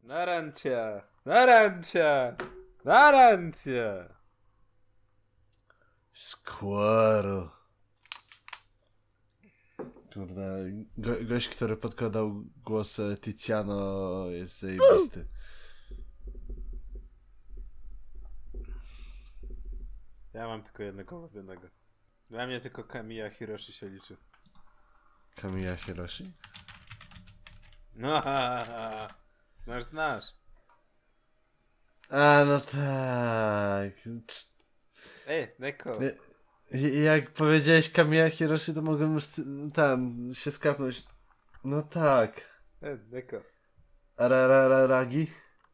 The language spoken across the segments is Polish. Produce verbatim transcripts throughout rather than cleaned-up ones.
Na rancie! Na rancie! Na rancie! Squirrel. Kurde, go, gość, który podkładał głos Tiziano jest zajebisty. Ja mam tylko jednego ulubionego. Dla mnie tylko Kamiya Hiroshi się liczy. Kamiya Hiroshi? No, ha, ha, ha. Znasz, znasz. A, no tak. Ej, Neko. I- Jak powiedziałeś Kamiya Hiroshi, to mogłem st- tam się skapnąć. No tak. Ej, Neko. Arararagi?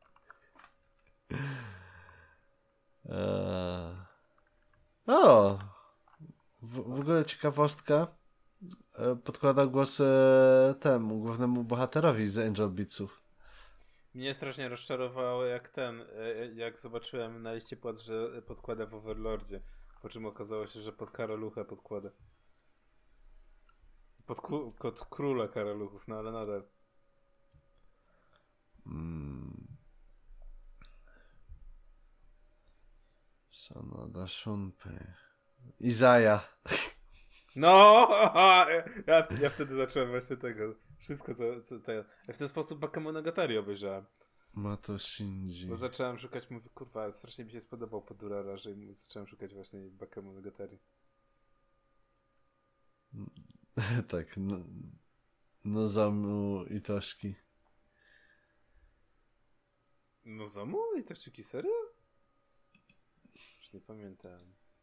Eee. O! W, w ogóle ciekawostka. E, Podkłada głos e, temu głównemu bohaterowi z Angel Beatsów. Mnie strasznie rozczarowało jak ten, e, jak zobaczyłem na liście płac, że podkłada w Overlordzie. Po czym okazało się, że pod Karoluchę podkłada. Pod ku, kod króla Karoluchów, no ale nadal. Mm. Sonoda Shunpei. Izaja. No! Ja, ja wtedy zacząłem właśnie tego. Wszystko co, co te, ja w ten sposób Bakemonogatari obejrzałem. Mato Shinji. Bo zacząłem szukać, mówię, kurwa, strasznie mi się spodobał Podurara, że zacząłem szukać właśnie Bakemonogatari. Tak. No, Nozomu Itoshiki. No zamu? I to czyki serio? Już nie pamiętam.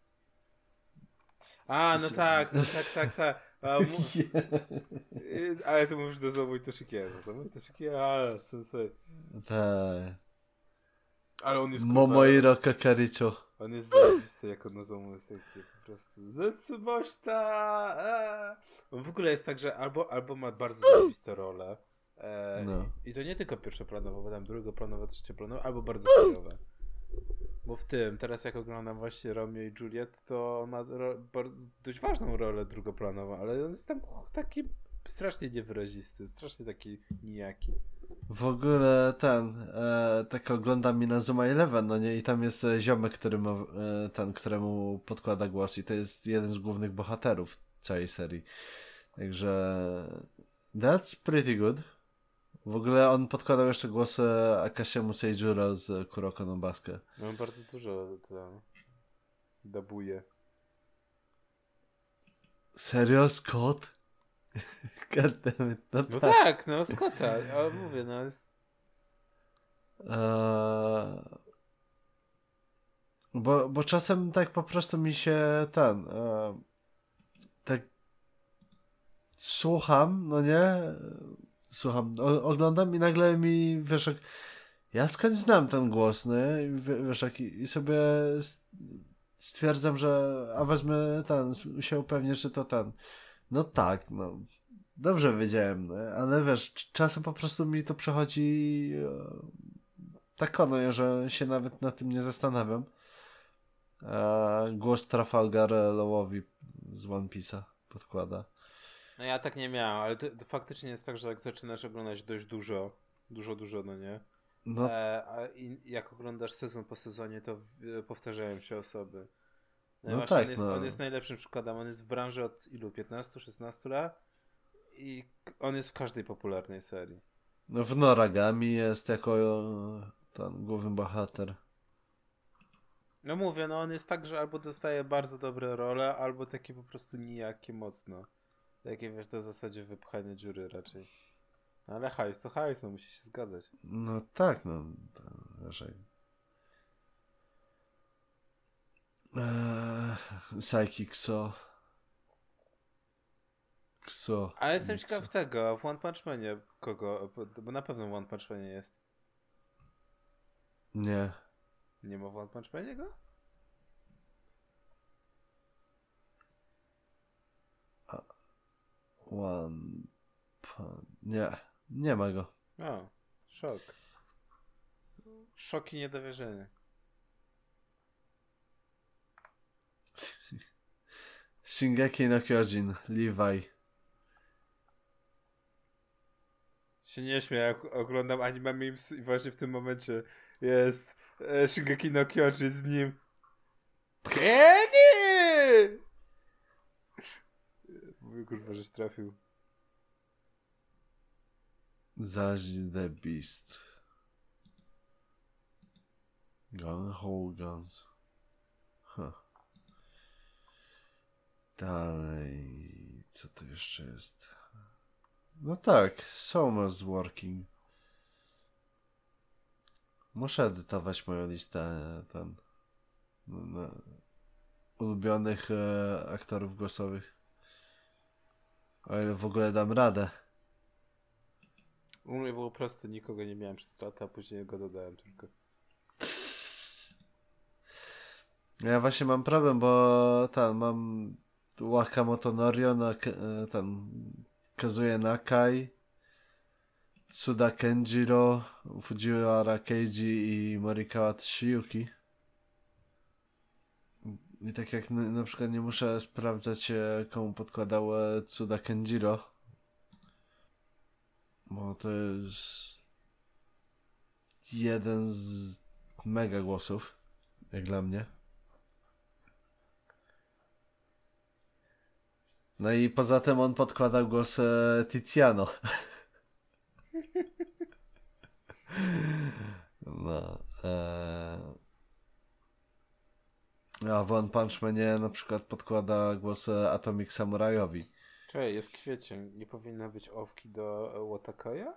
A, no tak, no tak, tak, tak. A, mu... Y, ale ty mówisz do Zomu i Toshikiego. No Zomu i Toshikiego, a, sensei. Tak. Ale on jest kurwa... Momoiro Kakaricho. On jest zajebisty jako Nozomu, jest taki po prostu Zetsuboshita! On w ogóle jest tak, że albo, albo ma bardzo zajebiste role e, No. i, i to nie tylko pierwszoplanowe, bo tam drugoplanowe, trzecioplanowe, albo bardzo chujowe. Bo w tym, teraz jak oglądam właśnie Romeo i Juliet, to on ma ro, bardzo, dość ważną rolę drugoplanową, ale on jest tam taki strasznie niewyrazisty, strasznie taki nijaki. W ogóle ten, e, tak oglądam Inazuma Eleven, no nie? I tam jest e, ziomek, który ma, e, ten, któremu podkłada głos i to jest jeden z głównych bohaterów całej serii. Także that's pretty good. W ogóle on podkładał jeszcze głos e, Akashiemu Seijuro z Kuroko no Basket. No on bardzo dużo tam dabuje. Serio, Scott? Goddammit, no, No tak. tak, no Scotta, ale mówię, no jest... Eee, bo, bo czasem tak po prostu mi się ten eee, tak słucham, no nie? Słucham, o, oglądam i nagle mi, wiesz, jak, ja skąd znam ten głos, nie? I, wie- wiesz, jak, i, i sobie s- stwierdzam, że a wezmę ten, s- się upewnić, że to ten. No tak, no. Dobrze wiedziałem, nie? Ale wiesz, c- czasem po prostu mi to przechodzi e, tak ono, że się nawet na tym nie zastanawiam. A głos Trafalgar Lawowi z One Piece'a podkłada. No ja tak nie miałem, ale to, to faktycznie jest tak, że jak zaczynasz oglądać dość dużo, dużo, dużo, no nie? No, E, a i, jak oglądasz sezon po sezonie, to e, powtarzają się osoby. No, no właśnie tak, on jest, no. on jest najlepszym przykładem. On jest w branży od ilu? piętnastu szesnastu lat? I k- on jest w każdej popularnej serii. No w Noragami jest jako e, ten główny bohater. No mówię, no on jest tak, że albo dostaje bardzo dobre role, albo takie po prostu nijakie mocno. Takie wiesz, to w zasadzie wypchanie dziury raczej. No ale hajs to hajs, no musi się zgadzać. No tak, no. To, wiesz, jak... Eee, Psychic Kso. Kso. Ale jestem Kso. ciekaw tego, w One Punch Manie kogo, bo na pewno w One Punch Manie jest. Nie. Nie ma w One Punch Manie go? One Punch. Nie. Nie ma go. O, szok. Szok i niedowierzenie. Shingeki no Kyojin. Levi. Się nie śmieję, jak oglądam anime memes i właśnie w tym momencie jest e, Shingeki no Kyojin z nim. Kenny! Mówię, kurwa, żeś trafił. Zaś the Beast. Gun Ho Guns. Huh. Dalej. Co to jeszcze jest? No tak, Summer's Working. Muszę edytować moją listę ten, no, no, ulubionych e, aktorów głosowych. O ile w ogóle dam radę. U mnie było proste, nikogo nie miałem przez lata, a później go dodałem tylko. Ja właśnie mam problem, bo tam mam Wakamoto Norio, na, ten Kazuya Nakai, Tsuda Kenjiro, Fujiwara Keiji i Morikawa Tshiyuki. I tak jak na, na przykład nie muszę sprawdzać, komu podkładał Tsuda Kenjiro, bo to jest jeden z mega głosów, jak dla mnie. No i poza tym on podkładał głos e, Tiziano. No. E... A w One Punch Manie na przykład podkłada głos Atomic Samurajowi. Czekaj, jest kwiecień. Nie powinna być owki do e, Watakaya?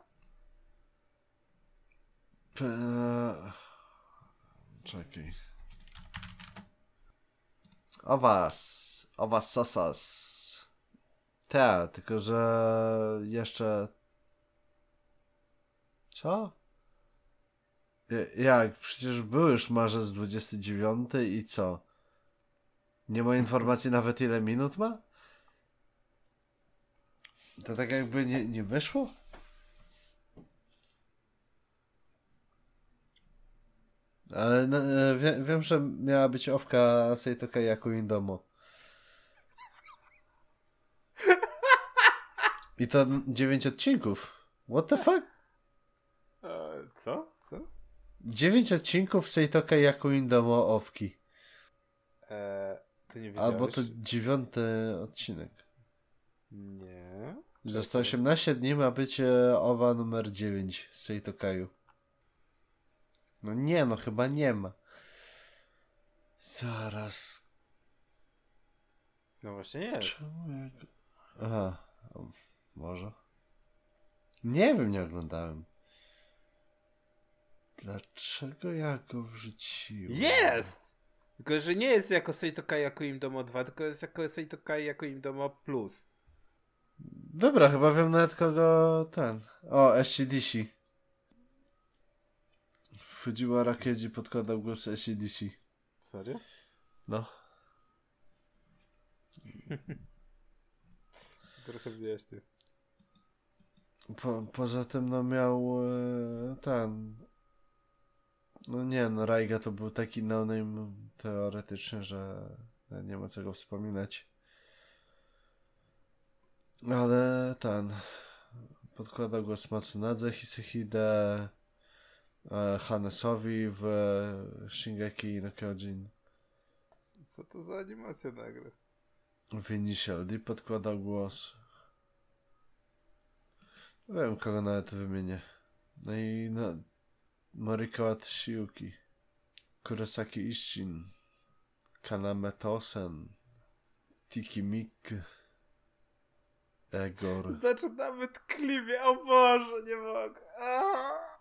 P... Czekaj. O was. O was sosas. Tak, tylko że jeszcze... Co? Jak? Przecież był już marzec dwudziesty dziewiąty i co? Nie ma informacji nawet ile minut ma? To tak jakby nie, nie wyszło? Ale no, wie, wiem, że miała być owka Seitoka jako Indomo. I to dziewięć odcinków. What the fuck? E, co? Co? dziewięć odcinków Seitoka jako Indomo owki. E, to nie wiedziałeś? Albo to dziewiąty odcinek. Nie. Za sto osiemnaście dni ma być e, owa numer dziewięć z Seitokaju. No nie, no chyba nie ma. Zaraz. No właśnie jest. Czemu jak... Aha. O, może. Nie wiem, nie oglądałem. Dlaczego ja go wrzuciłem? Jest! Tylko, że nie jest jako Seitokai jako im Domo dwa, tylko jest jako Seitokai jako im Domo plus. Dobra, chyba wiem nawet kogo ten. O, S C D C. Fujiwara Keiji podkładał głos S C D C. Serio? No. Trochę wiesz ty. Po, poza tym no miał e, ten... No nie, no Raiga to był taki no-name teoretycznie, że nie ma co go wspominać. Ale ten... Podkładał głos Matsunadze Hisehide, e, Hanesowi w Shingeki no Kyojin. Co to za animacja nagle? W Initial D podkładał głos. Nie wiem, kogo nawet wymienię. No i no, Morikawa Tshiyuki, Kurosaki Isshin, Kaname Tosen, Tiki Mik, Egor. Zaczynamy tkliwie, o Boże, nie mogę. Aaaa!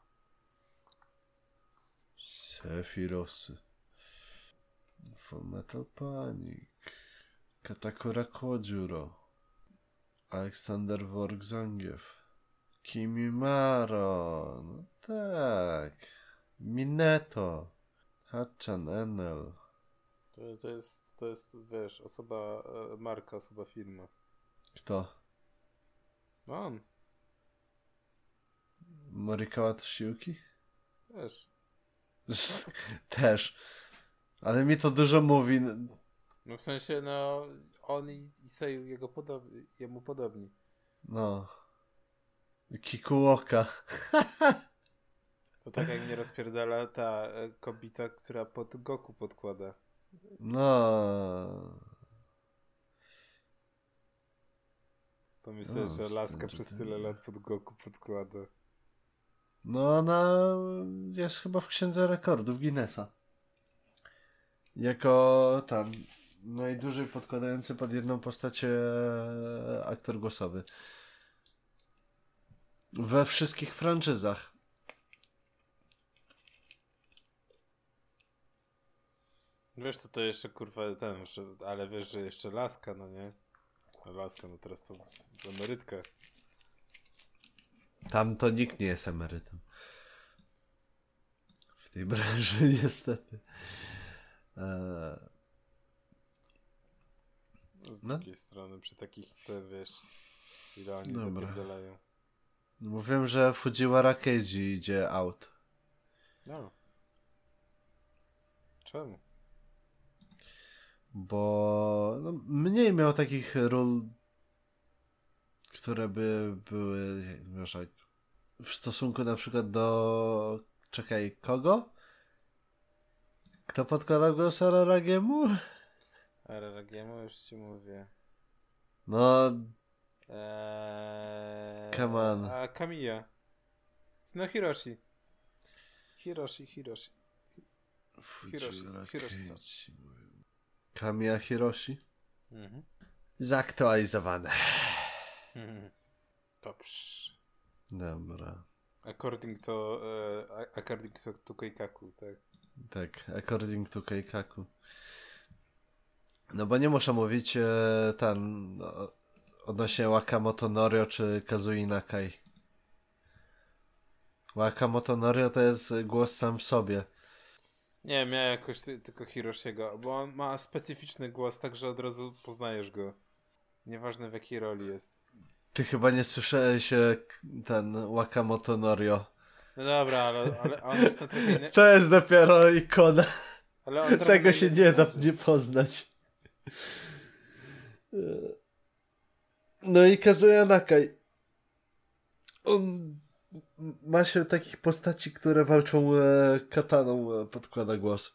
Sephiroth, Full Metal Panic, Katakura Kojuro, Aleksander Work-Zangief, Kimimaro, no tak, Mineto, Hachan Enel. To, to jest, to jest, wiesz, osoba, e, marka, osoba, firma. Kto? No on, Morikawa Tshiyuki? wiesz. Też. Ale mi to dużo mówi. No w sensie, no, on i, i Seiyu jego podobni, jemu podobni. No. Kikuoka. To tak jak mnie rozpierdala ta e, kobita, która pod Goku podkłada. No. Pomyślę, No, że z laska tym, że przez ten- tyle lat pod Goku podkłada. No ona jest chyba w księdze rekordów Guinnessa. Jako tam najdłużej podkładający pod jedną postacię aktor głosowy. We wszystkich franczyzach. Wiesz, to to jeszcze kurwa ten, że, ale wiesz, że jeszcze laska, no nie? A laska, no teraz to emerytka. Tam to nikt nie jest emerytem. W tej branży niestety. Eee, No, z No. drugiej strony, przy takich, te, wiesz, ile oni Dobra. zapierdalają. Mówiłem, że Fujiwara Keiji idzie out. No. Czemu? Bo no, mniej miał takich ról, które by były, wiesz, jak w stosunku na przykład do, czekaj, kogo? Kto podkładał głos Araragiemu? Araragiemu już ci mówię. No, Eee, Come on. A Kamiya. No Hiroshi. Hiroshi, Hiroshi. Hiroshi, Fujiwara Hiroshi są. Keiji. Kamiya Hiroshi. Mhm. Zaktualizowane. Mhm. Dobrze. Dobra. According to, e, according to, to Keikaku, tak. Tak, according to Keikaku. No bo nie muszę mówić e, ten no, odnośnie Wakamoto Norio czy Kazui Nakai. Wakamoto Norio to jest głos sam w sobie. Nie, miałem jakoś ty, tylko Hiroshiego, bo on ma specyficzny głos, tak że od razu poznajesz go. Nieważne w jakiej roli jest. Ty chyba nie słyszałeś e, k- ten Wakamoto Norio. No dobra, ale, ale on jest na trochę inny. To jest dopiero ikona. Ale on trochę Tego na się innej nie da zasadzie. nie poznać. No i Kazuya Nakai. On ma się takich postaci, które walczą e, kataną, e, podkłada głos.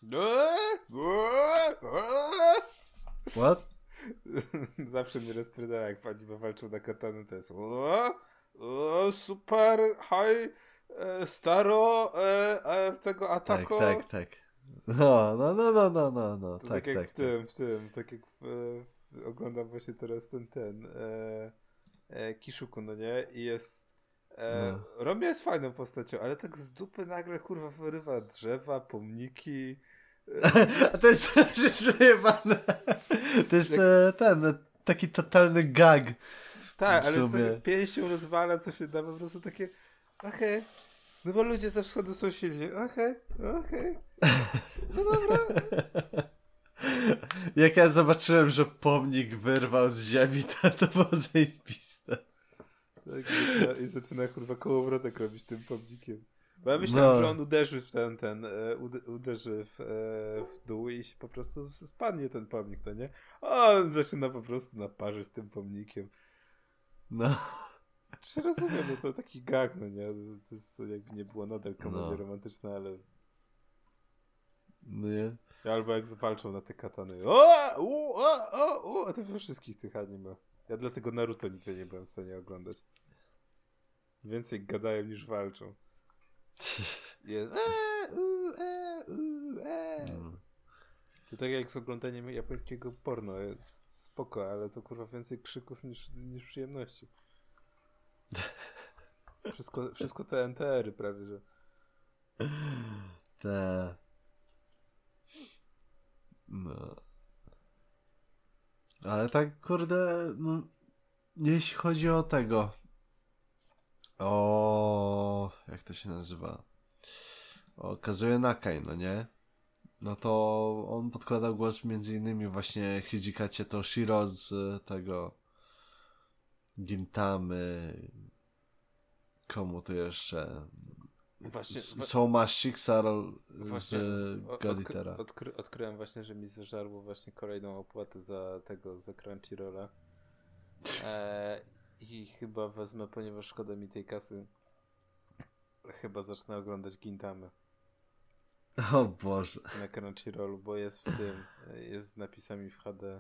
What? Zawsze mnie rozpierdala, jak pani walczą na katanę, to jest o, o, super, high, e, staro, e, e, tego Tak, atako. tak, tak. No, no, no, no, no, no, no. To tak, tak, jak tak, w tym, w tym, tak jak w, w, oglądam właśnie teraz ten, ten, e, e, Kishuku, no nie? I jest, e, No. Romia jest fajną postacią, ale tak z dupy nagle, kurwa, wyrywa drzewa, pomniki. A to jest rzecz przejebane. To jest e, ten, e, taki totalny gag. Tak, W ale jest sumie. tak pięścią rozwala, co się da, po prostu takie, okej, no bo ludzie ze wschodu są silni, okej, okej, no dobra. Jak ja zobaczyłem, że pomnik wyrwał z ziemi, to, to było zajebiste. Tak, i zaczyna, i zaczyna kurwa kołowrotek robić tym pomnikiem. Bo ja myślałem, No. że on uderzy w ten, ten, e, ude- uderzy w, e, w dół i się po prostu spadnie ten pomnik, no nie? A on zaczyna po prostu naparzyć tym pomnikiem. No. Czy rozumiem, no to taki gag, no nie? To jest to jakby nie było nadal komedia No. romantyczna, ale... No nie? Albo jak zwalczą na te katany. O! U! O! O! O! A to we wszystkich tych anime. Ja dlatego Naruto nigdy nie byłem w stanie oglądać. Więcej gadają niż walczą. Jest. E, u, e, u, e. No. To tak jak z oglądaniem japońskiego porno. Spoko, ale to kurwa więcej krzyków niż, niż przyjemności. Wszystko, wszystko te N T R-y prawie, że. Te. No. Ale tak, kurde, no, jeśli chodzi o tego, o, jak to się nazywa, o Kazuya Nakai, no nie? No to on podkładał głos między innymi właśnie Hijikacie Toshiro z tego Gintamy, komu to jeszcze? Właśnie. S- wa- Soma Shixar Właśnie z o- Goditera. Odkry, odkry, odkryłem właśnie, że mi zeżarło właśnie kolejną opłatę za tego, za Crunchyrolla. E, I chyba wezmę, ponieważ szkoda mi tej kasy. Chyba zacznę oglądać Gintamę O Boże. na Crunchyrollu, bo jest w tym, jest z napisami w H D.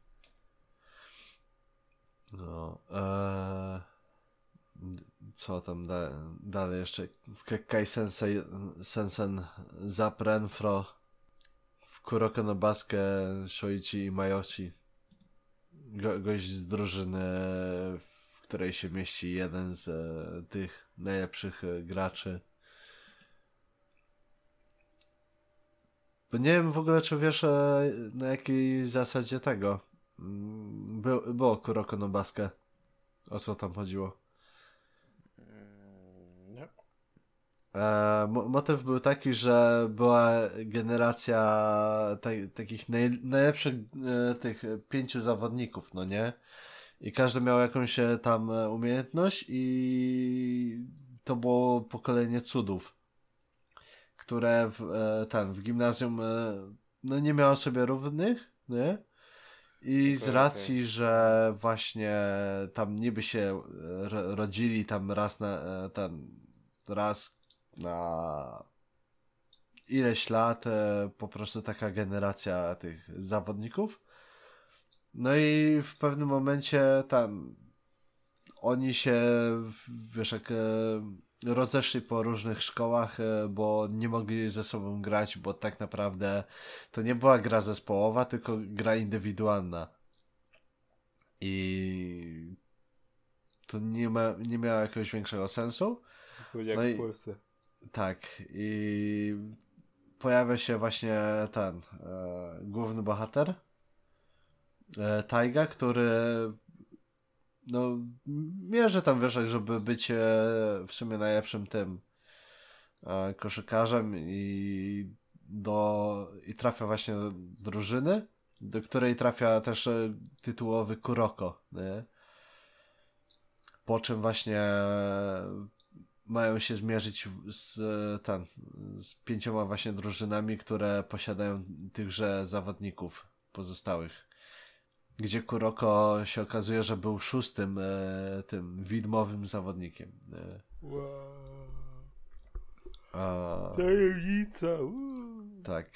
No, eee, co tam da, dalej jeszcze? W Kekkai Sensei Sensen Zaprenfro, w Kuroko no Basket Shoichi i Mayoshi. Go, gość z drużyny, w której się mieści jeden z e, tych najlepszych e, graczy. Bo nie wiem w ogóle, czy wiesz e, na jakiej zasadzie tego mm, by, było Kuroko no Basket. O co tam chodziło? Mm, nie. E, mo- motyw był taki, że była generacja ta, takich naj, najlepszych e, tych pięciu zawodników, no nie? I każdy miał jakąś e, tam e, umiejętność i to było pokolenie cudów, które w, e, ten, w gimnazjum e, no nie miało sobie równych, nie? I z Okej, racji, okej. że właśnie tam niby się e, ro- rodzili tam raz na e, ten raz na ileś lat e, po prostu taka generacja tych zawodników. No i w pewnym momencie tam oni się, wiesz, jak e, rozeszli po różnych szkołach, e, bo nie mogli ze sobą grać, bo tak naprawdę to nie była gra zespołowa, tylko gra indywidualna. I to nie, ma, nie miało jakiegoś większego sensu. Zupełnie jak No w i Polsce. tak, i pojawia się właśnie ten e, główny bohater, e, Taiga, który no mierzy tam wyżej, żeby być e, w sumie najlepszym tym e, koszykarzem i do i trafia właśnie do drużyny, do której trafia też e, tytułowy Kuroko, nie? Po czym właśnie mają się zmierzyć z, ten, z pięcioma właśnie drużynami, które posiadają tychże zawodników pozostałych. Gdzie Kuroko się okazuje, że był szóstym e, tym widmowym zawodnikiem. E, Wow. a, Tajemnica. uuu. tak.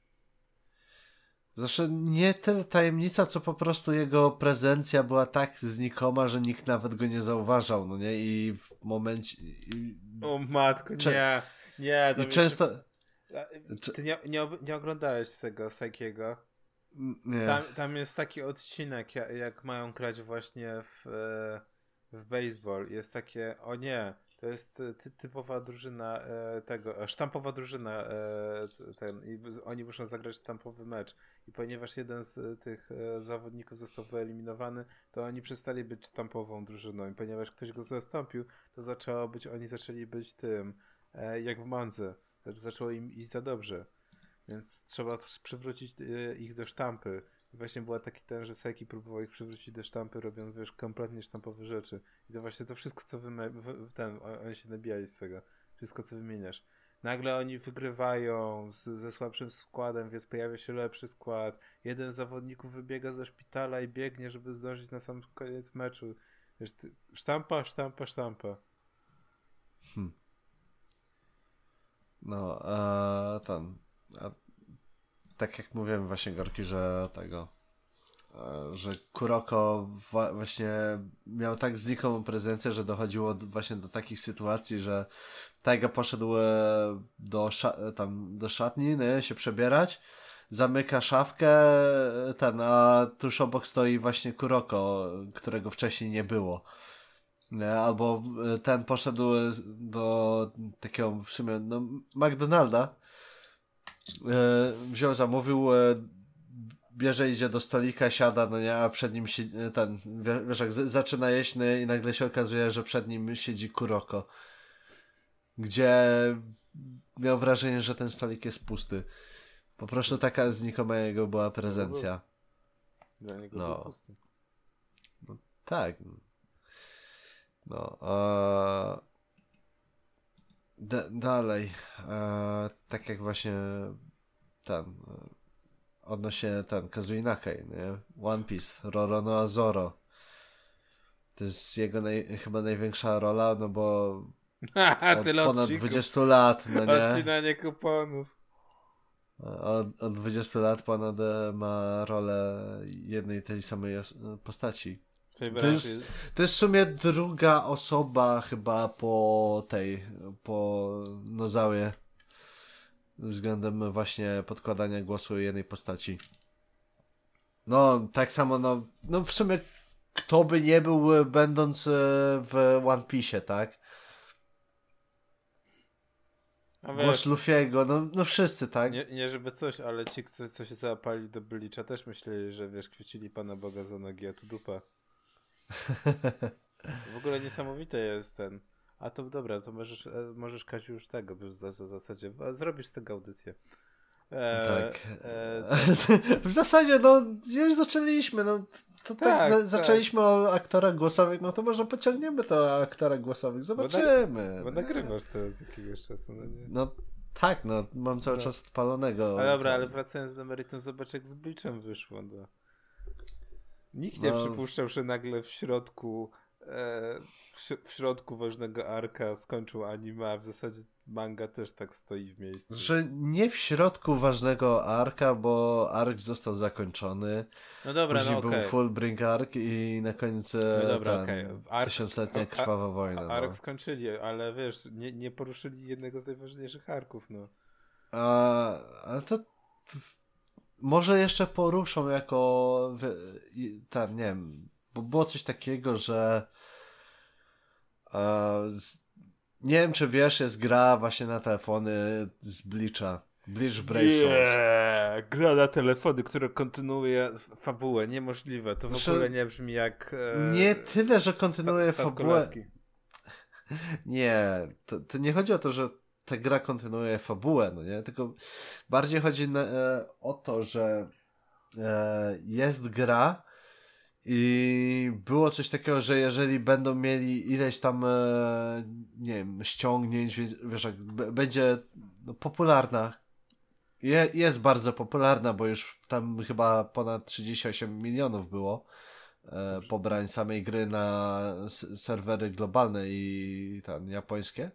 Zresztą nie tyle tajemnica, co po prostu jego prezencja była tak znikoma, że nikt nawet go nie zauważał, no nie? I w momencie... I, O matko, Cze- nie. Nie, to i mi często... Się... A, Cze- Ty nie, nie, ob- nie oglądałeś tego Saikiego? nie. Tam, tam jest taki odcinek, jak, jak mają grać właśnie w, e, w baseball. Jest takie, o nie, to jest ty, typowa drużyna e, tego, e, sztampowa drużyna e, t- ten, i b- oni muszą zagrać sztampowy mecz. I ponieważ jeden z e, tych e, zawodników został wyeliminowany, to oni przestali być sztampową drużyną. I ponieważ ktoś go zastąpił, to zaczęło być, oni zaczęli być tym, e, jak w Mandze. Zac- Zaczęło im iść za dobrze. Więc trzeba przywrócić e, ich do sztampy. I właśnie była taki ten, że Saiki próbował ich przywrócić do sztampy, robiąc, wiesz, kompletnie sztampowe rzeczy. I to właśnie to wszystko, co wyme- w, ten, o- oni się nabijali z tego. Wszystko, co wymieniasz. Nagle oni wygrywają z, ze słabszym składem, więc pojawia się lepszy skład. Jeden z zawodników wybiega ze szpitala i biegnie, żeby zdążyć na sam koniec meczu. Wiesz, ty, sztampa, sztampa, sztampa. Hmm. No, a ten... A, tak jak mówiłem właśnie, Gorki, że tego... e, że Kuroko wa- właśnie miał tak znikomą prezencję, że dochodziło do, właśnie do takich sytuacji, że Taiga poszedł e, do, sza- tam, do szatni, nie, się przebierać, zamyka szafkę, e, ten, a tuż obok stoi właśnie Kuroko, którego wcześniej nie było. Nie, albo e, ten poszedł e, do takiego w sumie no, McDonalda, e, wziął, zamówił, e, bierze, idzie do stolika, siada, no nie, a przed nim siedzi, ten, wie- wiesz, jak z- zaczyna jeść, no, i nagle się okazuje, że przed nim siedzi Kuroko, gdzie miał wrażenie, że ten stolik jest pusty. Po prostu taka znikoma jego była prezencja. Dla niego No. był pusty. Tak. No, a... D- dalej. E, tak jak właśnie ten... e, odnośnie ten Kazui Nakai, nie? One Piece, Roro no Azoro. To jest jego naj, chyba największa rola, no bo Haha, od tyle ponad odcinków. dwudziestu lat, no nie? Odcinanie kuponów. Od, od dwudziestu lat ponad e, ma rolę jednej tej samej os- postaci. W tej To branży jest, to jest w sumie druga osoba chyba po tej, po Nozawie względem właśnie podkładania głosu jednej postaci. No, tak samo, no, no w sumie kto by nie był e, będąc e, w One Piece, tak? A Głos wiesz, Luffy'ego, no, no wszyscy, tak? nie, nie żeby coś, ale ci, co, co się załapali do Bleacha też myśleli, że wiesz, chwycili Pana Boga za nogi, a tu dupa. W ogóle niesamowite jest ten. A to dobra, to możesz, e, możesz Kaziu już tego, bo w za- w zasadzie a zrobisz z tego audycję. E, Tak. E, W zasadzie, no, już zaczęliśmy, no, to tak, Tak, za, tak. zaczęliśmy o aktorach głosowych, no to może pociągniemy to o aktorach głosowych, zobaczymy. bo nagrywasz to od jakiegoś czasu, no nie? No tak, no, mam cały No. czas odpalonego. A dobra, ale ten- wracając do meritum, zobacz jak z Bleachem wyszło. No. Nikt nie No. przypuszczał, że nagle w środku e, w, śro- w środku ważnego arka skończył anime, a w zasadzie manga też tak stoi w miejscu. Że nie w środku ważnego arka, bo ark został zakończony. No dobra, Później no był okej. Fullbring ark i na koniec e, No dobra, ten okej. Ark- tysiącletnia a- krwawa wojna. A- Ark No. skończyli, ale wiesz, nie, nie poruszyli jednego z najważniejszych arków, no. A, ale to to może jeszcze poruszą jako wy- i- tam, nie wiem, bo było coś takiego, że e, z, nie wiem czy wiesz, jest gra właśnie na telefony z Bleacha. Bleach Brave Souls. Nie, gra na telefony, która kontynuuje f- fabułę, niemożliwe. To w Znaczy, ogóle nie brzmi jak... E, Nie tyle, że kontynuuje sta- statko fabułę. laski. Nie, to, to nie chodzi o to, że ta gra kontynuuje fabułę, no nie? Tylko bardziej chodzi na, e, o to, że e, jest gra i było coś takiego, że jeżeli będą mieli ileś tam e, nie wiem, ściągnięć, wiesz, wiesz jak b- będzie no, popularna. Je, jest bardzo popularna, bo już tam chyba ponad trzydzieści osiem milionów było e, pobrań samej gry na s- serwery globalne i tam japońskie,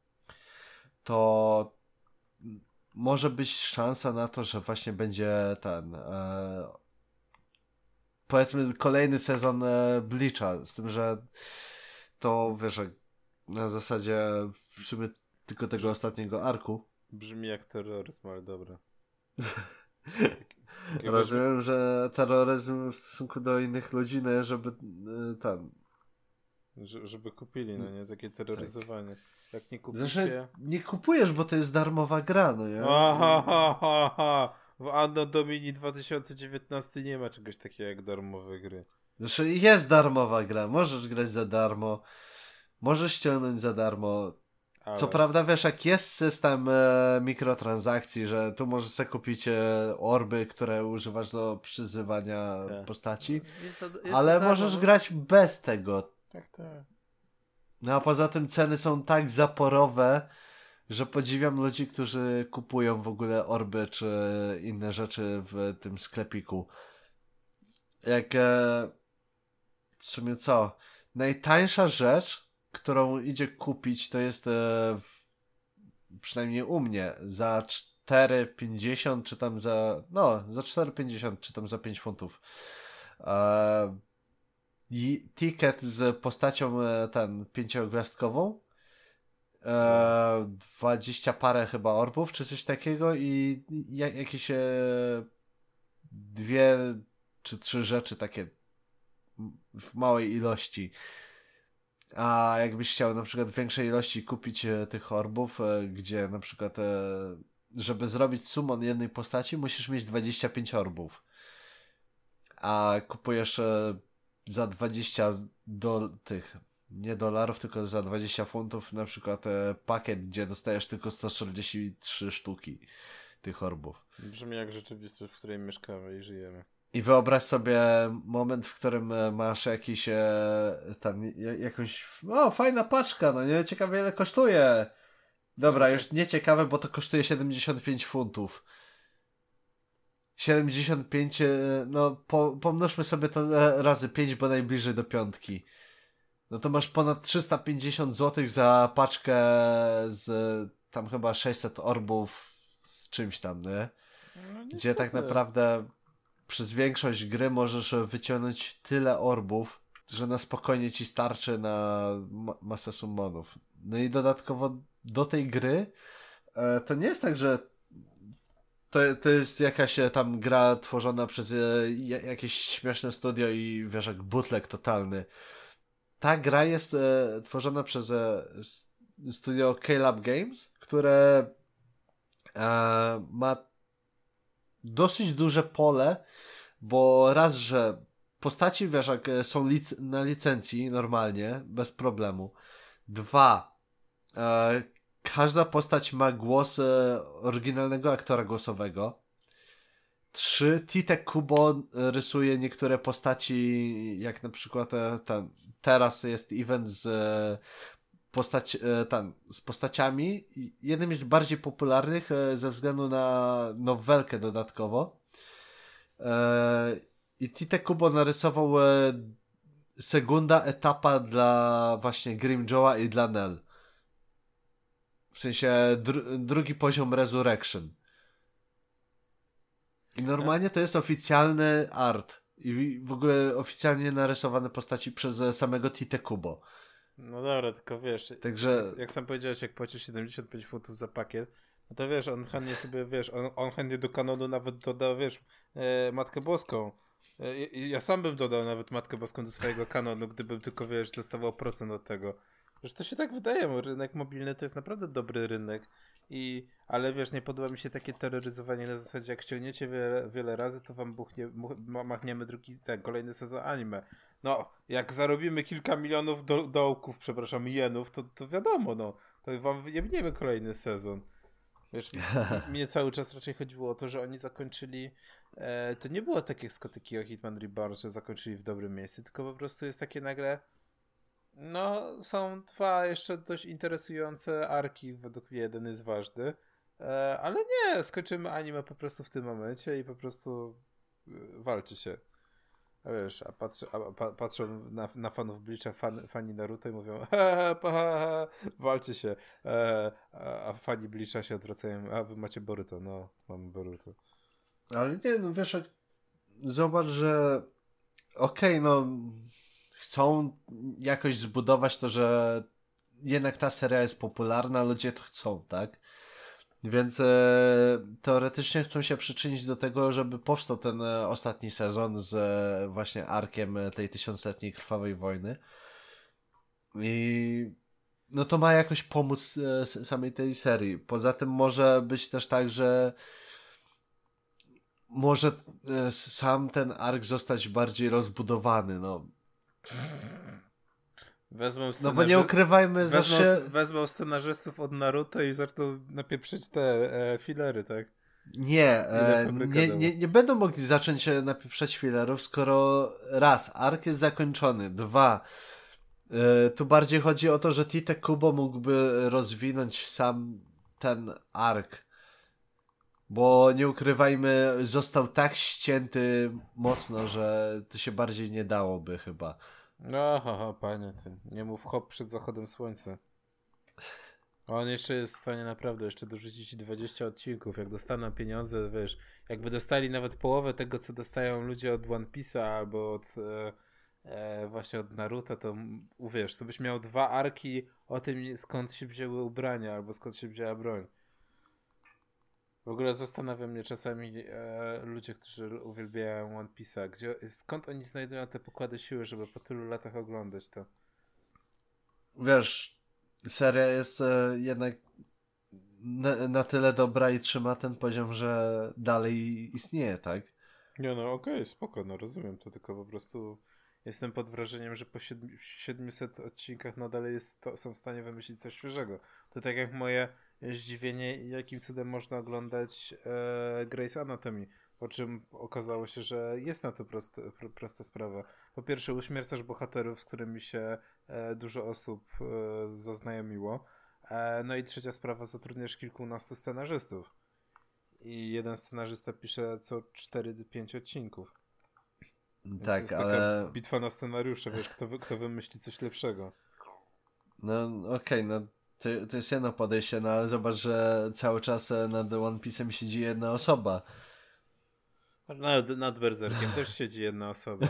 to może być szansa na to, że właśnie będzie ten e, powiedzmy kolejny sezon e, Bleacha, z tym, że to wiesz, jak na zasadzie w sumie tylko tego ostatniego arku. Brzmi jak terroryzm, ale dobra. Jakiegoś- Rozumiem, że terroryzm w stosunku do innych ludzi, no, żeby e, ten. że- Żeby kupili, no nie? Takie terroryzowanie. Jak nie Zresztą kupicie... nie kupujesz, bo to jest darmowa gra, no nie? Aha, ha, ha, ha. W Anno Domini dwa tysiące dziewiętnasty nie ma czegoś takiego jak darmowe gry. Zresztą jest darmowa gra, możesz grać za darmo, możesz ściągnąć za darmo. Ale... Co prawda, wiesz, jak jest system e, mikrotransakcji, że tu możesz sobie kupić e, orby, które używasz do przyzywania Tak. postaci, Jest to- jest ale to darmo, możesz no. grać bez tego. Tak, tak. No a poza tym ceny są tak zaporowe, że podziwiam ludzi, którzy kupują w ogóle orby czy inne rzeczy w tym sklepiku. Jak e, w sumie co? Najtańsza rzecz, którą idzie kupić, to jest e, w, przynajmniej u mnie za cztery pięćdziesiąt czy tam za no, za cztery pięćdziesiąt czy tam za pięć funtów. E, i ticket z postacią e, ten pięciogwiazdkową, e, dwadzieścia parę chyba orbów, czy coś takiego i ja, jakieś e, dwie czy trzy rzeczy takie w małej ilości. A jakbyś chciał na przykład w większej ilości kupić e, tych orbów, e, gdzie na przykład e, żeby zrobić summon jednej postaci, musisz mieć dwadzieścia pięć orbów. A kupujesz e, za dwadzieścia do tych, nie dolarów, tylko za dwadzieścia funtów na przykład e, pakiet, gdzie dostajesz tylko sto czterdzieści trzy sztuki tych orbów. Brzmi jak rzeczywistość, w której mieszkamy i żyjemy. I wyobraź sobie moment, w którym e, masz jakiś e, tam, j- jakąś o, fajna paczka, no nie, ciekawe ile kosztuje. Dobra, już nie ciekawe, bo to kosztuje siedemdziesiąt pięć funtów. siedemdziesiąt pięć, e, no po, pomnożmy sobie to e, razy pięć, bo najbliżej do piątki. no to masz ponad trzysta pięćdziesiąt złotych za paczkę z tam chyba sześćset orbów z czymś tam, nie? No, Gdzie tak niestety. naprawdę przez większość gry możesz wyciągnąć tyle orbów, że na spokojnie ci starczy na ma- masę summonów. No i dodatkowo do tej gry e, to nie jest tak, że to, to jest jakaś e, tam gra tworzona przez e, ja- jakieś śmieszne studio i wiesz, jak bootleg totalny. Ta gra jest e, tworzona przez e, s- studio K-Lab Games, które e, ma dosyć duże pole, bo raz, że postaci, wiesz, jak e, są lic- na licencji normalnie, bez problemu. Dwa, e, każda postać ma głos e, oryginalnego aktora głosowego. Trzy, Tite Kubo rysuje niektóre postaci, jak na przykład e, ten, teraz jest event z e, postać, e, ten, z postaciami. Jednym z bardziej popularnych e, ze względu na nowelkę dodatkowo. E, I Tite Kubo narysował e, segunda etapa dla właśnie Grim Joe'a i dla Nell. W sensie dru- drugi poziom Resurrection. I normalnie to jest oficjalny art. I w ogóle oficjalnie narysowane postaci przez e, samego Tite Kubo. No dobra, tylko wiesz, Także jak, jak sam powiedziałeś, jak płacisz siedemdziesiąt pięć funtów za pakiet, no to wiesz, on chętnie sobie, wiesz, on, on chętnie do kanonu nawet doda, wiesz, e, Matkę Boską. E, i- ja sam bym dodał nawet Matkę Boską do swojego kanonu, gdybym tylko, wiesz, dostawał procent od tego. Wiesz, to się tak wydaje, bo rynek mobilny to jest naprawdę dobry rynek. I, ale wiesz, nie podoba mi się takie terroryzowanie na zasadzie, jak ściągniecie wiele, wiele razy, to wam buchnie, mu- ma- machniemy drugi, tak, kolejny sezon anime. No, jak zarobimy kilka milionów do, dołków, przepraszam, jenów, to, to wiadomo, no, to wam wyjebniemy kolejny sezon. Wiesz, m- m- mnie cały czas raczej chodziło o to, że oni zakończyli, e, to nie było tak jak z Kotyki o Hitman Reborn, że zakończyli w dobrym miejscu, tylko po prostu jest takie nagle, no, są dwa jeszcze dość interesujące arki, według mnie jeden jest ważny, e, ale nie, skończymy anime po prostu w tym momencie i po prostu e, walczy się. A wiesz, a, patrzy, a pa, patrzą na, na fanów Bleacha, fan, fani Naruto i mówią ha, ha, ha, ha, walczy się, e, a, a fani Bleacha się odwracają, a wy macie Boruto, no, mamy Boruto. ale nie, no wiesz, jak zobacz, że okej, okay, no chcą jakoś zbudować to, że jednak ta seria jest popularna, ludzie to chcą, tak? Więc e, teoretycznie chcą się przyczynić do tego, żeby powstał ten e, ostatni sezon z e, właśnie arkiem e, tej tysiącletniej krwawej wojny. I no to ma jakoś pomóc e, s- samej tej serii. Poza tym może być też tak, że może e, sam ten ark zostać bardziej rozbudowany, no. Wezmą No bo nie scenarzy... ukrywajmy, Wezmą, zawsze... wezmą scenarzystów od Naruto i zaczną napieprzyć te e, filery, tak? Nie, Ile e, fabryka nie, dała? nie, nie będą mogli zacząć e, napieprzać filerów, skoro raz, ark jest zakończony, dwa, e, tu bardziej chodzi o to, że Tite Kubo mógłby rozwinąć sam ten ark, bo nie ukrywajmy, został tak ścięty mocno, że to się bardziej nie dałoby chyba. No, ha, ha, panie, ty. Nie mów hop przed zachodem słońca. A on jeszcze jest w stanie naprawdę jeszcze dorzucić dwadzieścia odcinków. Jak dostaną pieniądze, wiesz, jakby dostali nawet połowę tego, co dostają ludzie od One Piece'a albo od e, e, właśnie od Naruto, to m- uwierz, to byś miał dwa arki o tym, skąd się wzięły ubrania albo skąd się wzięła broń. W ogóle zastanawia mnie czasami e, ludzie, którzy uwielbiają One Piece'a, gdzie, skąd oni znajdują te pokłady siły, żeby po tylu latach oglądać to. Wiesz, seria jest e, jednak na, na tyle dobra i trzyma ten poziom, że dalej istnieje, tak? Nie no, okej, spoko, no rozumiem to, tylko po prostu jestem pod wrażeniem, że po siedmi- siedmiuset odcinkach nadal jest to, są w stanie wymyślić coś świeżego. To tak jak moje zdziwienie, jakim cudem można oglądać e, Grey's Anatomy, po czym okazało się, że jest na to proste, pro, prosta sprawa. Po pierwsze, uśmiercasz bohaterów, z którymi się e, dużo osób e, zaznajomiło. E, no i trzecia sprawa, zatrudniasz kilkunastu scenarzystów. I jeden scenarzysta pisze co cztery pięć odcinków. Więc to Tak, jest ale... taka bitwa na scenariusze, wiesz, kto, wy, kto wymyśli coś lepszego. No okej, okay, no to, to jest jedno podejście, no ale zobacz, że cały czas e, nad One Piece'em siedzi jedna osoba. Nad, nad Berserkiem też siedzi jedna osoba.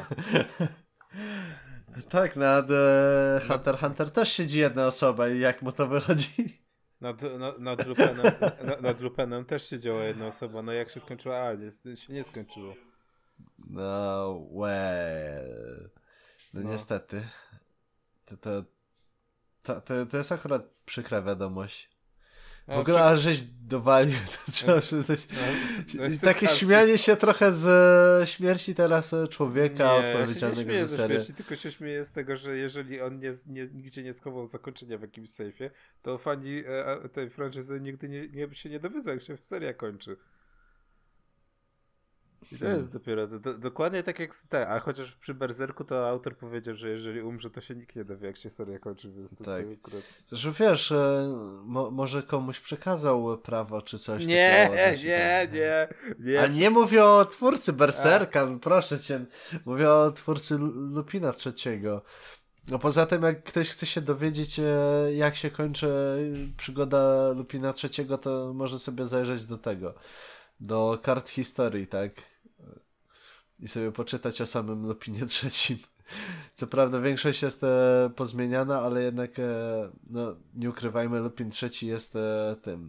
Tak, nad e, Hunter x Hunter też siedzi jedna osoba i jak mu to wychodzi? Nad, nad, nad, Lupenem, nad, nad Lupenem też siedziała jedna osoba. No jak się skończyła? A, nie, się nie skończyło. No, well. No, no. Niestety. To, to, to, to, to jest akurat przykra wiadomość. W no, ogóle, przy... a żeś dowalił, to trzeba przyznać. No, no takie każdy... śmianie się trochę z śmierci teraz człowieka nie, odpowiedzialnego ja się nie za ze serię. Śmierci, tylko się śmieję z tego, że jeżeli on nie, nie, nigdzie nie schował zakończenia w jakimś sejfie, to fani e, tej franczyzy nigdy nie, nie, się nie dowiedzą, jak się seria kończy. I to Hmm. jest dopiero, do, do, dokładnie tak jak, tak, a chociaż przy Berserku to autor powiedział, że jeżeli umrze, to się nikt nie dowie, jak się seria kończy, więc to tak. to akurat... Zresztą wiesz, mo, może komuś przekazał prawo, czy coś nie, takiego. Nie, nie, nie. A nie mówię o twórcy Berserka, a. proszę cię, mówię o twórcy Lupina trzeciego. No poza tym, jak ktoś chce się dowiedzieć, jak się kończy przygoda Lupina trzeciego, to może sobie zajrzeć do tego, do kart historii, tak? I sobie poczytać o samym Lupinie trzecim. Co prawda większość jest e, pozmieniana, ale jednak e, no, nie ukrywajmy, Lupin trzeci jest e, tym.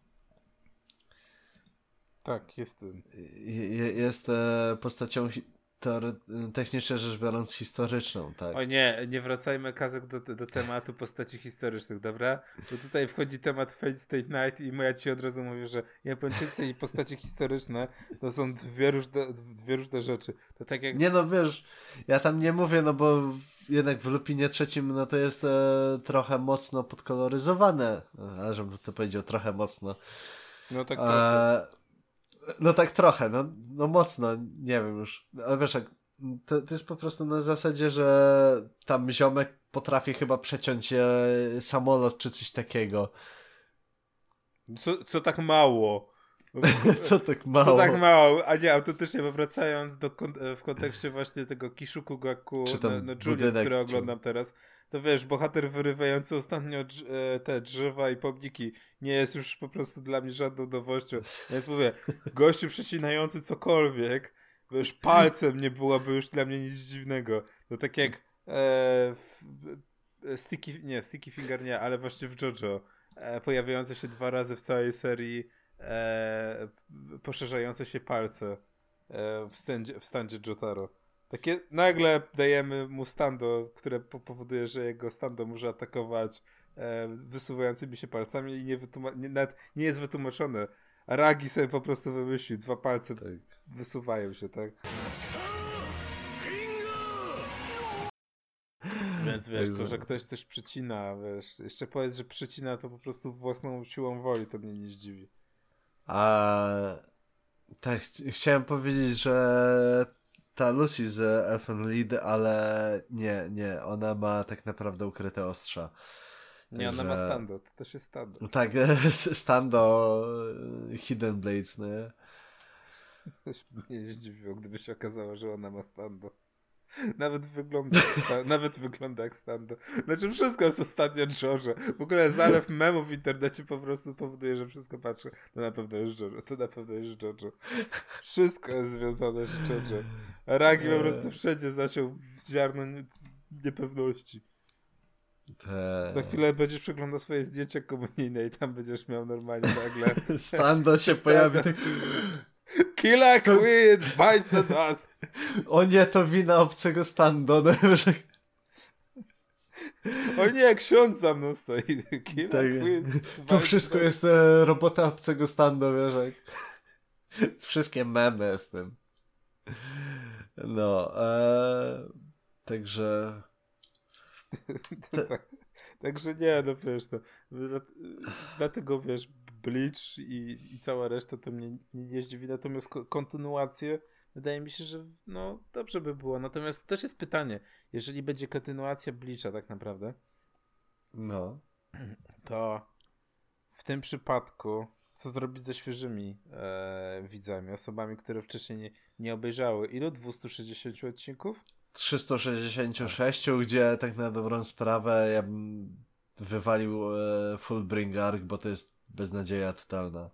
Tak, jest tym. Je, jest e, postacią hi- teore- technicznie rzecz biorąc historyczną, tak. O nie, nie wracajmy Kazek do, do tematu postaci historycznych, dobra? Bo tutaj wchodzi temat Fate Stay Night i ja ci od razu mówię, że Japończycy i postacie historyczne to są dwie różne, dwie różne rzeczy. To tak jak... Nie no, wiesz, ja tam nie mówię, no bo jednak w Lupinie trzecim no to jest e, trochę mocno podkoloryzowane, ale żebym to powiedział trochę mocno. No tak e, trochę. No tak trochę, no, no mocno, nie wiem już. Ale wiesz, jak, to, to jest po prostu na zasadzie, że tam ziomek potrafi chyba przeciąć e, samolot czy coś takiego. Co, co tak mało? Co tak mało? Co tak mało? A nie, autentycznie, bo wracając do, w kontekście właśnie tego Kishuku Gaku, Czy tam no, no Juliet, budynek, który oglądam teraz, to wiesz, bohater wyrywający ostatnio drz- te drzewa i pomniki nie jest już po prostu dla mnie żadną nowością. Więc mówię, gościu przecinający cokolwiek, wiesz, palcem nie byłoby już dla mnie nic dziwnego. To tak jak e, Sticky, nie, Sticky Finger nie, ale właśnie w JoJo e, pojawiające się dwa razy w całej serii e, poszerzające się palce e, w, stędzie, w standzie Jotaro. Takie nagle dajemy mu stando, które powoduje, że jego stando może atakować e, wysuwającymi się palcami i nie, wytłuma- nie, nawet nie jest wytłumaczone. A Ragi sobie po prostu wymyślił, dwa palce tak wysuwają się, tak? Więc wiesz, to, że ktoś coś przycina, wiesz, jeszcze powiedz, że przycina to po prostu własną siłą woli, to mnie nie zdziwi. A tak, ch- chciałem powiedzieć, że ta Lucy z Elfen Lied, ale nie, nie, ona ma tak naprawdę ukryte ostrza. Nie, Także... ona ma stando, to też jest stando. Tak, stando Hidden Blades, nie? Też mnie nie zdziwiło, gdyby się okazało, że ona ma stando. Nawet wygląda, nawet wygląda jak stando. Znaczy wszystko jest ostatnio JoJo. W ogóle zalew memów w internecie po prostu powoduje, że wszystko patrzę. To na pewno jest JoJo, to na pewno jest JoJo. Wszystko jest związane z JoJo. A Ragi po prostu wszędzie zasiął ziarno nie, niepewności. Te... Za chwilę będziesz przeglądał swoje zdjęcia komunijne i tam będziesz miał normalnie nagle... Stando się Stando. pojawi. Tak... Killer Queen bites the dust. O nie, to wina obcego Stando. No, że... O nie, ksiądz za mną stoi. Killer tak. Queen To wszystko jest e, robota obcego Stando, wiesz jak. Wszystkie memy z tym. No, e... także... tak. Także nie, no wiesz, no, dlatego wiesz, Bleach i, i cała reszta to mnie nie, nie zdziwi, natomiast ko- kontynuację wydaje mi się, że no dobrze by było, natomiast też jest pytanie, jeżeli będzie kontynuacja Bleacha tak naprawdę, no, to w tym przypadku co zrobić ze świeżymi e, widzami, osobami, które wcześniej nie, nie obejrzały. Ilu? dwieście sześćdziesiąt odcinków? trzysta sześćdziesiąt sześć, gdzie tak na dobrą sprawę ja bym wywalił e, Fullbring Arc, bo to jest beznadzieja totalna.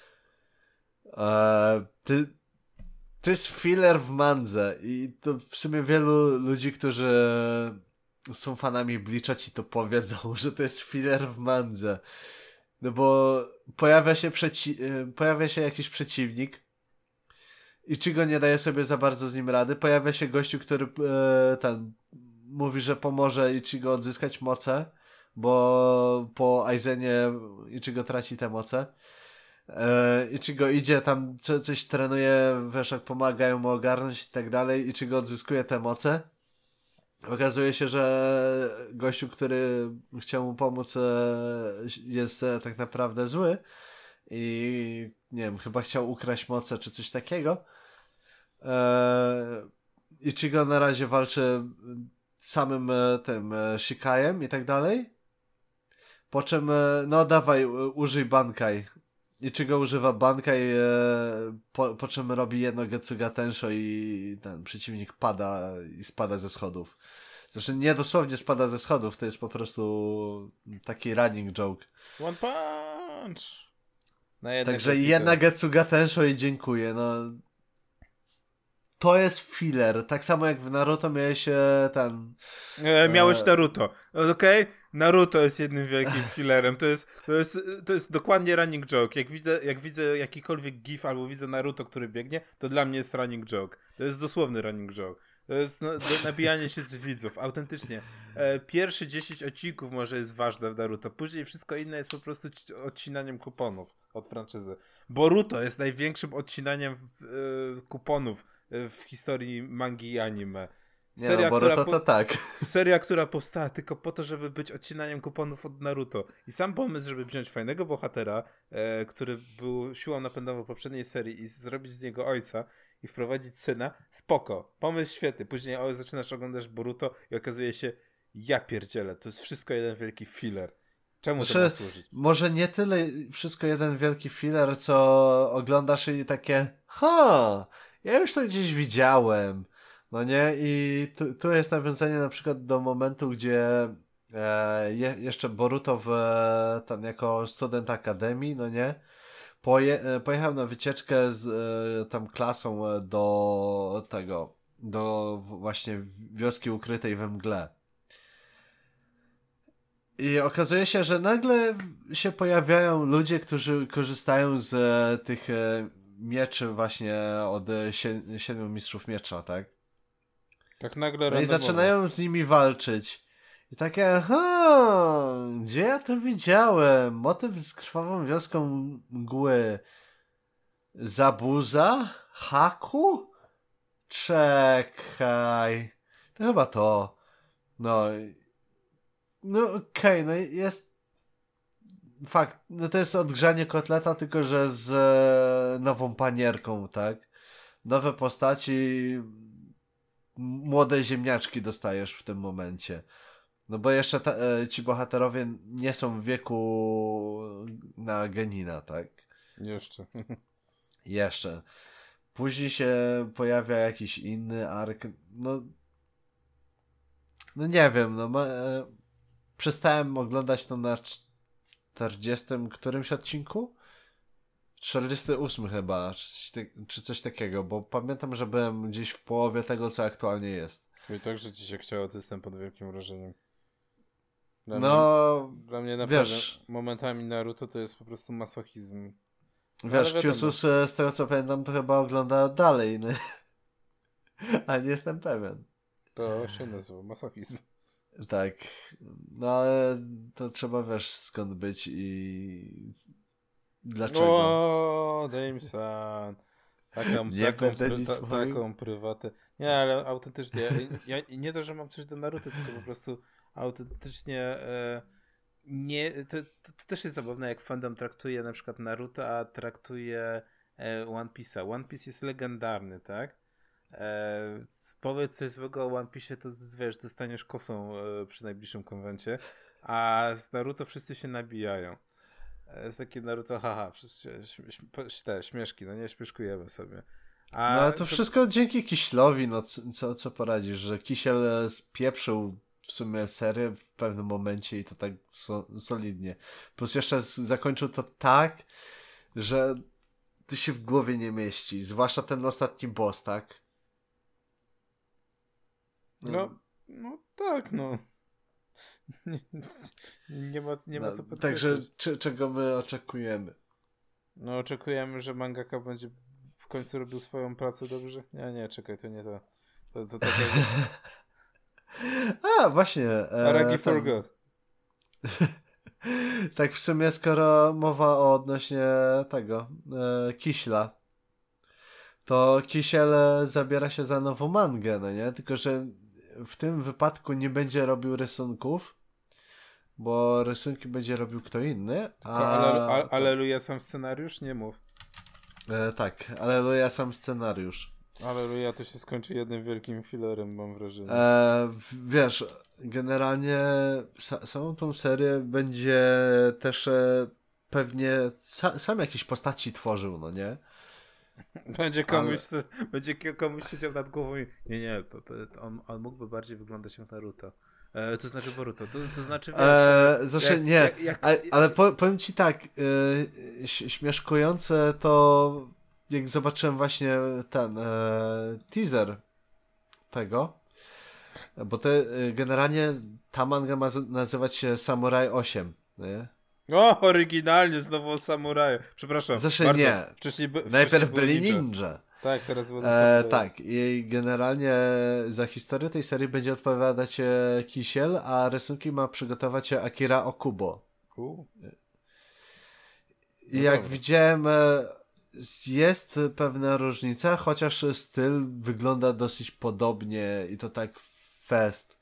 E, ty, to jest filler w mandze i to w sumie wielu ludzi, którzy są fanami Bleacha ci to powiedzą, że to jest filler w mandze. No bo pojawia się, przeci- pojawia się jakiś przeciwnik i Ichigo nie daje sobie za bardzo z nim rady. Pojawia się gościu, który e, ten mówi, że pomoże Ichigo odzyskać moce, bo po Aizenie Ichigo traci te moce. E, Ichigo idzie tam, co, coś trenuje, wiesz, jak pomagają mu ogarnąć i tak dalej. Ichigo odzyskuje te moce. Okazuje się, że gościu, który chciał mu pomóc, jest tak naprawdę zły i nie wiem, chyba chciał ukraść moce czy coś takiego. Ichigo na razie walczy samym tym Shikajem i tak dalej. Po czym, no dawaj, użyj Bankai. Ichigo używa Bankai, po, po czym robi jedno Getsuga Tensho i ten przeciwnik pada i spada ze schodów. Znaczy nie dosłownie spada ze schodów, to jest po prostu taki running joke. One punch! Także jedna Getsuga Tensho i dziękuję. No. To jest filler. Tak samo jak w Naruto miałeś e, ten... E, miałeś Naruto. Okej? Okay? Naruto jest jednym wielkim fillerem. To jest, to jest, to jest dokładnie running joke. Jak widzę, jak widzę jakikolwiek gif albo widzę Naruto, który biegnie, to dla mnie jest running joke. To jest dosłowny running joke. To jest no, nabijanie się z widzów. Autentycznie. E, pierwsze dziesięć odcinków może jest ważne w Naruto. Później wszystko inne jest po prostu odcinaniem kuponów od franczyzy. Boruto jest największym odcinaniem e, kuponów w historii mangi i anime. Seria, nie no, Boruto która po... to tak. Seria, która powstała tylko po to, żeby być odcinaniem kuponów od Naruto. I sam pomysł, żeby wziąć fajnego bohatera, e, który był siłą napędową poprzedniej serii i zrobić z niego ojca i wprowadzić syna, spoko. Pomysł świetny. Później o, zaczynasz oglądać Boruto i okazuje się, ja pierdzielę, to jest wszystko jeden wielki filler. Czemu znaczy, to ma służyć? Może nie tyle wszystko jeden wielki filler, co oglądasz i takie ha, ja już to gdzieś widziałem. No nie? I tu, tu jest nawiązanie na przykład do momentu, gdzie e, je, jeszcze Boruto w, ten, jako student akademii, no nie? Poje, e, pojechał na wycieczkę z e, tam klasą do tego, do właśnie wioski ukrytej we mgle. I okazuje się, że nagle się pojawiają ludzie, którzy korzystają z e, tych e, mieczy właśnie od e, sie, siedmiu mistrzów miecza, tak? Tak nagle no i zaczynają z nimi walczyć. I takie, aha, gdzie ja to widziałem? Motyw z krwawą wioską mgły. Zabuza? Haku? Czekaj. To chyba to. No. No okej, okay, no jest fakt, no to jest odgrzanie kotleta, tylko że z e, nową panierką, tak? Nowe postaci, młode ziemniaczki dostajesz w tym momencie. No bo jeszcze ta, e, ci bohaterowie nie są w wieku na Genina, tak? Jeszcze. Jeszcze. Później się pojawia jakiś inny ark. No, no nie wiem, no ma, e, przestałem oglądać to na czterdziestym którymś odcinku? czterdziesty ósmy chyba, czy coś, te, czy coś takiego, bo pamiętam, że byłem gdzieś w połowie tego, co aktualnie jest. I tak, że ci się chciało, to jestem pod wielkim wrażeniem. Dla no, mnie, dla mnie naprawdę wiesz, momentami Naruto to jest po prostu masochizm. Wiesz, Kiosus z tego, co pamiętam, to chyba ogląda dalej, no. Ale nie jestem pewien. To się nazywa masochizm. Tak, no ale to trzeba, wiesz, skąd być i dlaczego. O, Dame-san. Taką, nie taką, pry, ta, taką prywatę. Nie, ale autentycznie, ja, nie to, że mam coś do Naruto, tylko po prostu autentycznie e, nie, to, to, to też jest zabawne, jak fandom traktuje na przykład Naruto, a traktuje e, One Piece'a. One Piece jest legendarny, tak? E, powiedz coś złego o One Piece, to wiesz, dostaniesz kosą e, przy najbliższym konwencie, a z Naruto wszyscy się nabijają. Jest taki Naruto, haha, przecież śm- te śmieszki, no nie śmieszkujemy sobie. A No ale to wszystko dzięki Kiślowi, no co, co poradzisz, że Kisiel spieprzył w sumie serię w pewnym momencie i to tak so, solidnie. Plus jeszcze z, zakończył to tak, że to się w głowie nie mieści, zwłaszcza ten ostatni boss, tak? No, no tak, no. Nie, nie ma, nie ma no, co podkreślać. Także czy, czego my oczekujemy? No oczekujemy, że mangaka będzie w końcu robił swoją pracę dobrze. Nie, nie, czekaj, to nie to. To, to, to, to, A, właśnie. E, Aragi ten- forgot. tak w sumie, skoro mowa o odnośnie tego e, Kiśla, to Kisiel e, zabiera się za nową mangę, no nie? Tylko, że w tym wypadku nie będzie robił rysunków, bo rysunki będzie robił kto inny, a... Ale, ale, aleluja, sam scenariusz? Nie mów. E, tak, Aleluja sam scenariusz. Aleluja to się skończy jednym wielkim filerem, mam wrażenie. E, w- wiesz, generalnie sa, samą tą serię będzie też e, pewnie sa, sam jakieś postaci tworzył, no nie? Będzie komuś, będzie komuś siedział nad głową i... Nie, nie, p- p- on, on mógłby bardziej wyglądać jak Naruto. E, to znaczy Boruto. To, to znaczy, wiesz... E, znaczy, jak- nie, jak- jak- ale, ale po, powiem ci tak, e, ś- śmieszkujące to jak zobaczyłem właśnie ten e, teaser tego, bo to e, generalnie ta manga ma z- nazywać się Samurai osiem, nie? O, oryginalnie, znowu o samuraju. Przepraszam. Zresztą bardzo. nie. Wcześniej, by, Najpierw wcześniej było byli ninja. ninja. Tak, teraz będą E, samuraje. tak, i generalnie za historię tej serii będzie odpowiadać e, Kisiel, a rysunki ma przygotować e, Akira Okubo. U. I No jak dobra. widziałem, e, jest pewna różnica, chociaż styl wygląda dosyć podobnie i to tak fest.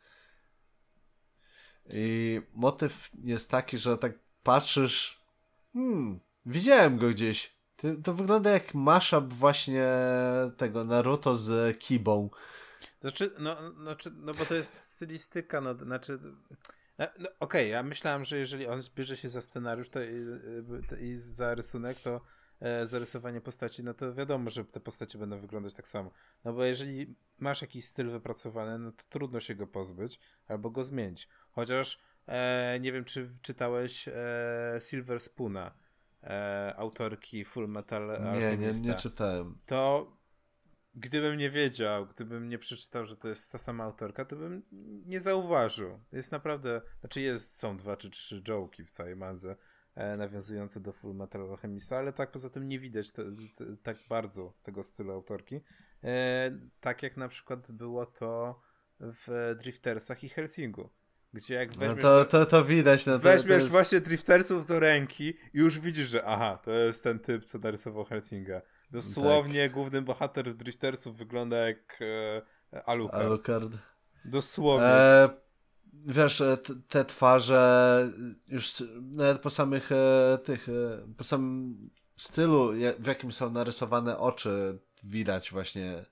I motyw jest taki, że tak patrzysz, hmm, widziałem go gdzieś. To, to wygląda jak mashup właśnie tego Naruto z Kibą. Znaczy, no, znaczy, no bo to jest stylistyka, no, znaczy... No, no, Okej, ja myślałem, że jeżeli on zbierze się za scenariusz to i, i, i za rysunek, to e, za rysowanie postaci, no to wiadomo, że te postacie będą wyglądać tak samo. No bo jeżeli masz jakiś styl wypracowany, no to trudno się go pozbyć albo go zmienić. Chociaż e, nie wiem, czy czytałeś e, Silver Spoona, e, autorki Full Metal Nie, nie, Alchemista. nie czytałem. To gdybym nie wiedział, gdybym nie przeczytał, że to jest ta sama autorka, to bym nie zauważył. Jest naprawdę, znaczy jest, są dwa czy trzy joke'i w całej mandze e, nawiązujące do Full Metal Alchemista, ale tak poza tym nie widać te, te, tak bardzo tego stylu autorki. E, tak jak na przykład było to w Driftersach i Helsingu, gdzie jak No weźmiesz, to, do, to, to widać. No to, weźmiesz to jest... właśnie Driftersów do ręki i już widzisz, że aha, to jest ten typ, co narysował Helsinga. Dosłownie Tak. główny bohater Driftersów wygląda jak e, Alucard. Alucard. Dosłownie. E, wiesz, e, t- te twarze już nawet po samych e, tych, e, po samym stylu, ja- w jakim są narysowane oczy, widać właśnie,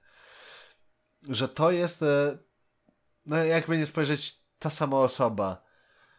że to jest, e, no jakby nie spojrzeć, ta sama osoba.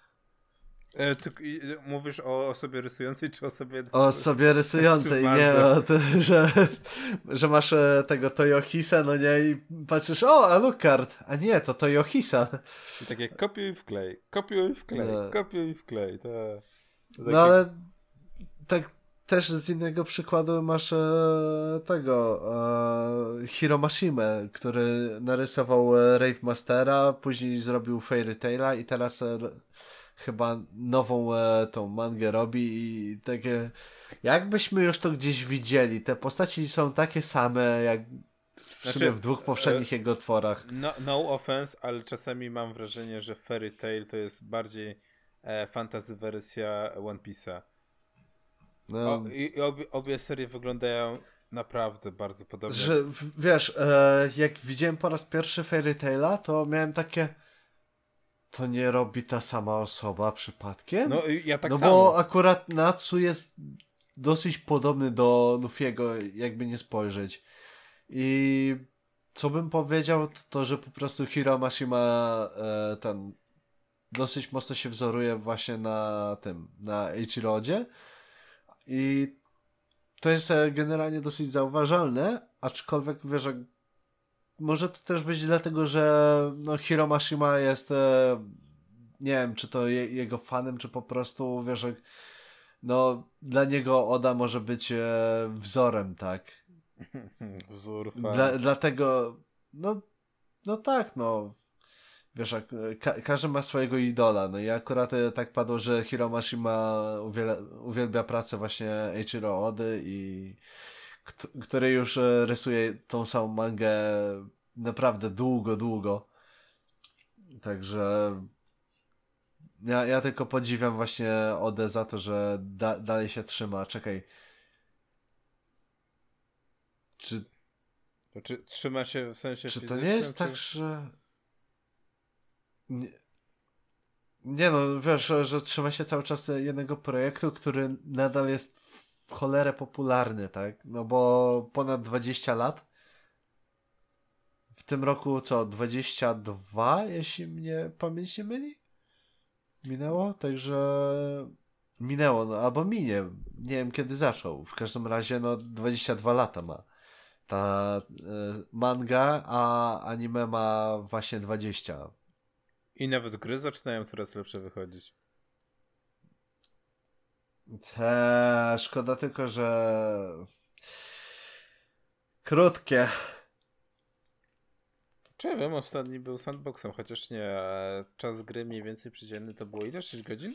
E, ty, i- mówisz o osobie rysującej, czy osobie... O osobie rysującej, Czy w nie, mandze? o to, że, że masz e, tego Toyohisa, no nie, i patrzysz, o, Alucard, a nie, to Toyohisa. I takie kopiuj wklej, kopiuj wklej, No. kopiuj wklej. To, to takie... No ale tak też z innego przykładu masz e, tego e, Hiromashime, który narysował e, Rave Mastera, później zrobił Fairy Taila i teraz e, chyba nową e, tą mangę robi i takie jakbyśmy już to gdzieś widzieli, te postaci są takie same jak w sumie Znaczy, w dwóch poprzednich e, jego tworach. No, no offense, ale czasami mam wrażenie, że Fairy Tail to jest bardziej e, fantasy wersja One Piece'a. No, O, I i obie, obie serie wyglądają naprawdę bardzo podobnie. że w- wiesz, e, jak widziałem po raz pierwszy Fairy Taila, to miałem takie to nie robi ta sama osoba przypadkiem? No i ja tak no samo. bo akurat Natsu jest dosyć podobny do Luffy'ego, jakby nie spojrzeć. I co bym powiedział, to, to że po prostu Hiro Mashima e, ten dosyć mocno się wzoruje właśnie na tym, na Eiichirodzie. I to jest e, generalnie dosyć zauważalne, aczkolwiek wiesz, że może to też być dlatego, że no, Hiro Mashima jest e, nie wiem, czy to je, jego fanem, czy po prostu wiesz, że no dla niego Oda może być e, wzorem, tak? Wzór fan. Dla, dlatego no, no tak, no wiesz, jak, ka- każdy ma swojego idola, no i akurat e, tak padło, że Hiro Mashima uwielbia, uwielbia pracę właśnie Eiichiro Ody i kt- który już e, rysuje tą samą mangę naprawdę długo, długo. Także ja, ja tylko podziwiam właśnie Odę za to, że da- dalej się trzyma. Czekaj. Czy, To czy trzyma się w sensie czy to fizycznym? nie jest czy... tak, że... Nie, nie no, wiesz, że, że trzyma się cały czas jednego projektu, który nadal jest w cholerę popularny, tak? No bo ponad dwadzieścia lat. W tym roku co? dwadzieścia dwa, jeśli mnie pamięć nie myli? Minęło? Także minęło, no albo minie. Nie wiem kiedy zaczął. W każdym razie no dwadzieścia dwa lata ma ta y, manga, a anime ma właśnie dwadzieścia. I nawet gry zaczynają coraz lepsze wychodzić. Te, szkoda tylko, że krótkie. Czy ja wiem, ostatni był sandboxem, chociaż nie. A czas gry mniej więcej przydzielny to było ile? sześć godzin?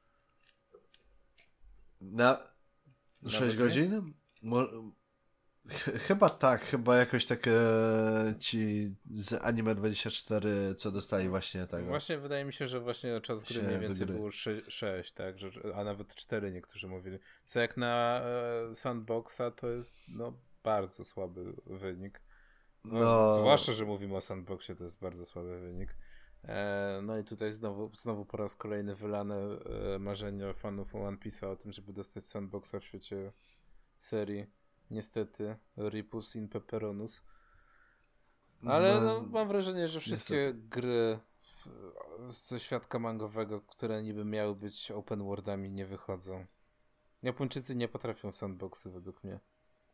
Na Nawet sześć nie? godzin? Mo- ch- chyba tak, chyba jakoś tak e, ci z Anime dwadzieścia cztery, co dostali właśnie tego. Właśnie wydaje mi się, że właśnie czas gry Się mniej więcej wygry. było sześć, tak? Że, a nawet cztery niektórzy mówili. Co jak na e, sandboxa to jest no bardzo słaby wynik. No, No. zwłaszcza, że mówimy o sandboxie, to jest bardzo słaby wynik. E, no i tutaj znowu, znowu po raz kolejny wylane e, marzenia fanów One Piece'a o tym, żeby dostać sandboxa w świecie serii. Niestety, Ripus in Pepperonus. Ale no, mam wrażenie, że wszystkie niestety. gry w, ze świadka mangowego, które niby miały być open worldami, nie wychodzą. Japończycy nie potrafią w sandboxy według mnie.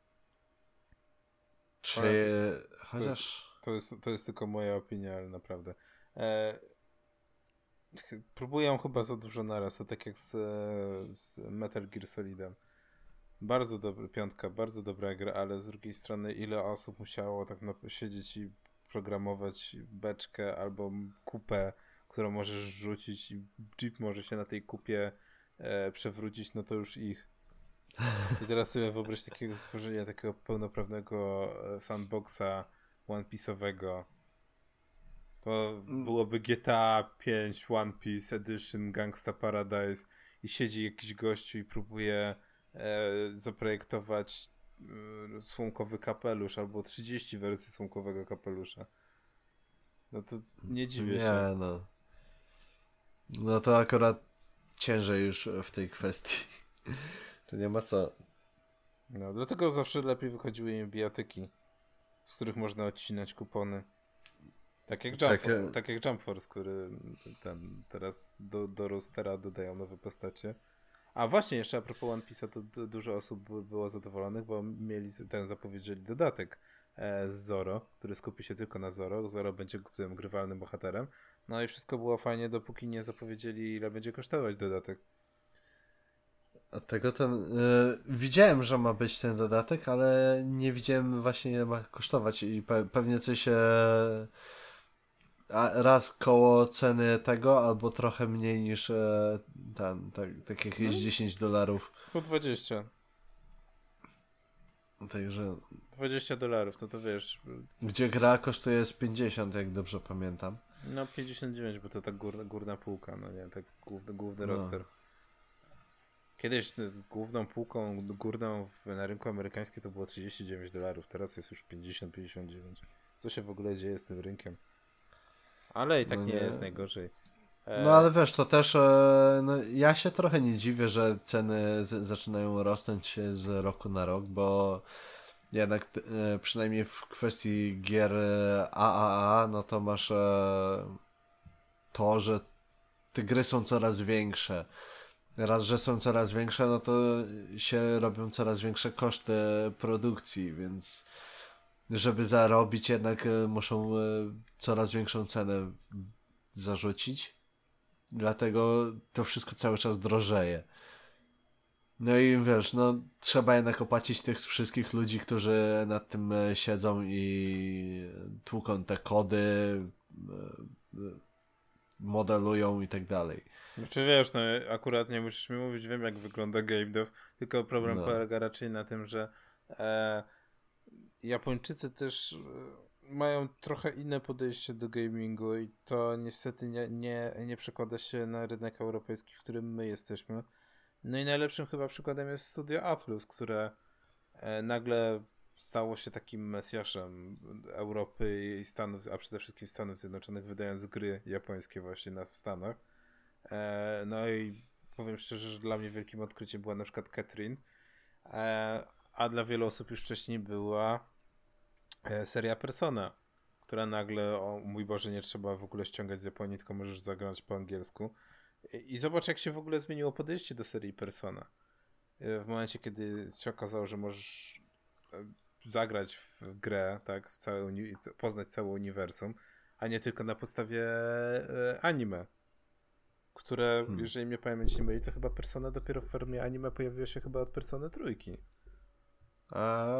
Czy Ale chociaż To jest, to jest tylko moja opinia, ale naprawdę. E, ch- próbują chyba za dużo naraz, to tak jak z, e, z Metal Gear Solidem. Bardzo dobra piątka, bardzo dobra gra, ale z drugiej strony ile osób musiało tak na, siedzieć i programować beczkę albo kupę, którą możesz rzucić i jeep może się na tej kupie e, przewrócić, no to już ich. I teraz sobie wyobraź takiego stworzenia takiego pełnoprawnego e, sandboxa One Piece'owego. To byłoby G T A pięć One Piece Edition Gangsta Paradise i siedzi jakiś gościu i próbuje e, zaprojektować e, słomkowy kapelusz albo trzydzieści wersji słomkowego kapelusza. No to nie dziwię nie, się. no. No to akurat ciężej już w tej kwestii. To nie ma co. No, dlatego zawsze lepiej wychodziły im bijatyki, z których można odcinać kupony. Tak jak Jump, Tak, tak, e- tak jak Jump Force, który ten teraz do, do rostera dodają nowe postacie. A właśnie, jeszcze a propos One Piece'a, to du- dużo osób by- było zadowolonych, bo mieli ten zapowiedzieli dodatek e, z Zoro, który skupi się tylko na Zoro. Zoro będzie tym grywalnym bohaterem. No i wszystko było fajnie, dopóki nie zapowiedzieli, ile będzie kosztować dodatek. A tego ten. y, widziałem, że ma być ten dodatek, ale nie widziałem właśnie ile ma kosztować i pe- pewnie coś e, a raz koło ceny tego, albo trochę mniej niż e, ten, tak, tak jakieś dziesięć dolarów. Po dwadzieścia. Także dwadzieścia dolarów, no to wiesz, gdzie gra kosztuje z pięćdziesiąt, jak dobrze pamiętam. no pięćdziesiąt dziewięć, bo to tak górna, górna półka, no nie, tak główny, główny No. roster. Kiedyś y, główną półką górną w, na rynku amerykańskim to było trzydzieści dziewięć dolarów, teraz jest już pięćdziesiąt pięćdziesiąt dziewięć. Co się w ogóle dzieje z tym rynkiem? Ale i tak No nie, nie. jest najgorzej. E, No ale wiesz, to też e, no, ja się trochę nie dziwię, że ceny z, zaczynają rosnąć z roku na rok, bo jednak e, przynajmniej w kwestii gier e, A A A, no to masz e, to, że te gry są coraz większe. raz, że są coraz większe, no to się robią coraz większe koszty produkcji, więc żeby zarobić jednak e, muszą e, coraz większą cenę zarzucić. Dlatego to wszystko cały czas drożeje. No i wiesz, no trzeba jednak opłacić tych wszystkich ludzi, którzy nad tym e, siedzą i tłuką te kody, e, e, modelują i tak dalej. Znaczy wiesz, no akurat nie musisz mi mówić, wiem jak wygląda game dev, tylko problem No. polega raczej na tym, że e, Japończycy też e, mają trochę inne podejście do gamingu i to niestety nie, nie, nie przekłada się na rynek europejski, w którym my jesteśmy. No i najlepszym chyba przykładem jest studio Atlus, które e, nagle stało się takim mesjaszem Europy i Stanów, a przede wszystkim Stanów Zjednoczonych, wydając gry japońskie właśnie na, w Stanach. E, no i powiem szczerze, że dla mnie wielkim odkryciem była na przykład Catherine, e, a dla wielu osób już wcześniej była e, seria Persona, która nagle, o mój Boże, nie trzeba w ogóle ściągać z Japonii, tylko możesz zagrać po angielsku. I, i zobacz, jak się w ogóle zmieniło podejście do serii Persona. E, w momencie, kiedy się okazało, że możesz e, zagrać w grę, tak, w całe uni- poznać całe uniwersum, a nie tylko na podstawie e, anime, które, Hmm. jeżeli mnie pamięć nie myli, to chyba Persona dopiero w formie anime pojawiła się chyba od Persony trójki. A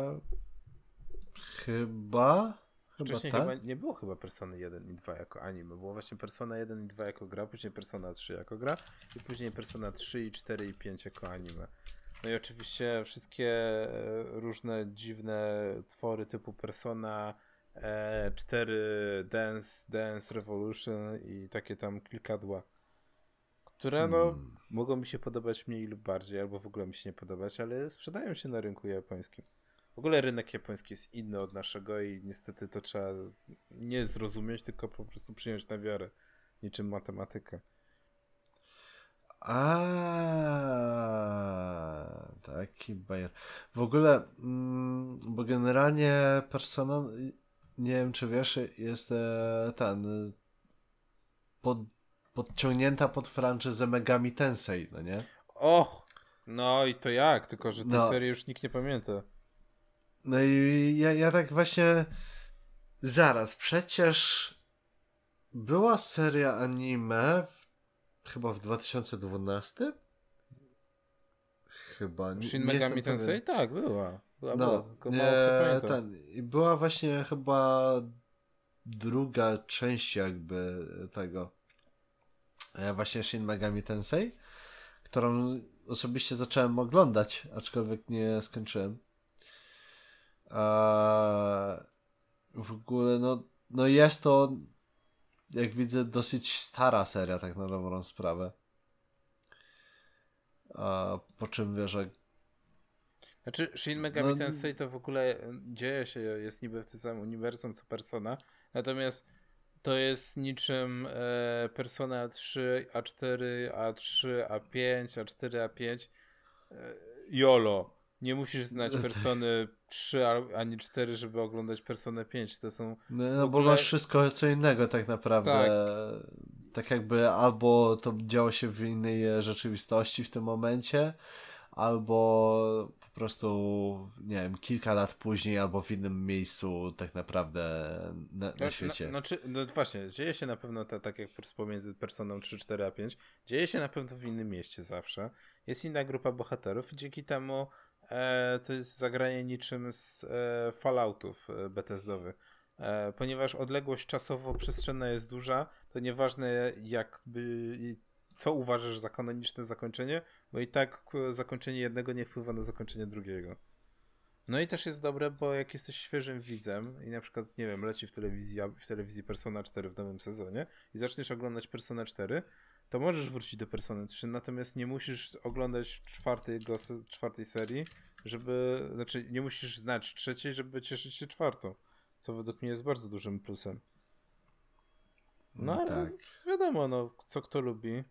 chyba... Chyba Wcześniej tak? chyba nie było chyba Persony jeden i dwa jako anime. Było właśnie Persona jeden i dwa jako gra, później Persona trzy jako gra i później Persona trzy i cztery i pięć jako anime. No i oczywiście wszystkie e, różne dziwne twory typu Persona e, cztery, Dance, Dance Revolution i takie tam kilkadła, które no Hmm. mogą mi się podobać mniej lub bardziej, albo w ogóle mi się nie podobać, ale sprzedają się na rynku japońskim. W ogóle rynek japoński jest inny od naszego i niestety to trzeba nie zrozumieć, tylko po prostu przyjąć na wiarę, niczym matematykę. A taki bajer. W ogóle, mm, bo generalnie Persona, nie wiem czy wiesz, jest e, ten e, pod, podciągnięta pod franczyzę Megami Tensei, no nie? Och! No i to jak? Tylko, że tej No. serii już nikt nie pamięta. No i ja, ja tak właśnie zaraz, przecież była seria anime w, chyba w dwa tysiące dwunastym? Chyba. Nie, Shin nie Megami jestem pewien. Tensei? Tak, była. Była, była, No, tylko mało kto e, pamięta. ten, i była właśnie chyba druga część jakby tego e, właśnie Shin Megami Tensei, którą osobiście zacząłem oglądać, aczkolwiek nie skończyłem. A w ogóle no, no jest to, jak widzę, dosyć stara seria, tak na dobrą sprawę. A po czym wiesz, że Znaczy, Shin Megami no, Tensei to w ogóle dzieje się, jest niby w tym samym uniwersum co Persona, natomiast to jest niczym e, Persona trzy, A cztery, A trzy, A pięć, A cztery, A pięć. E, YOLO. Nie musisz znać Persony trzy a- ani cztery, żeby oglądać Personę pięć. To są no, w no bo ogóle... masz wszystko co innego tak naprawdę. Tak. Tak jakby albo to działo się w innej e, rzeczywistości w tym momencie, albo po prostu, nie wiem, kilka lat później, albo w innym miejscu tak naprawdę na, na świecie. No, znaczy, no właśnie, dzieje się na pewno ta, tak jak pomiędzy Personą trzy, cztery a pięć, dzieje się na pewno w innym mieście zawsze. Jest inna grupa bohaterów i dzięki temu e, to jest zagranie niczym z e, Falloutów e, Bethesdowych. E, ponieważ odległość czasowo-przestrzenna jest duża, to nieważne jakby co uważasz za kanoniczne zakończenie, bo i tak zakończenie jednego nie wpływa na zakończenie drugiego. No i też jest dobre, bo jak jesteś świeżym widzem i na przykład, nie wiem, leci w telewizji, w telewizji Persona cztery w nowym sezonie i zaczniesz oglądać Persona cztery, to możesz wrócić do Persony trzy, natomiast nie musisz oglądać czwartego, czwartej serii, żeby, znaczy nie musisz znać trzeciej, żeby cieszyć się czwartą, co według mnie jest bardzo dużym plusem. No ale Tak. wiadomo, no, co kto lubi.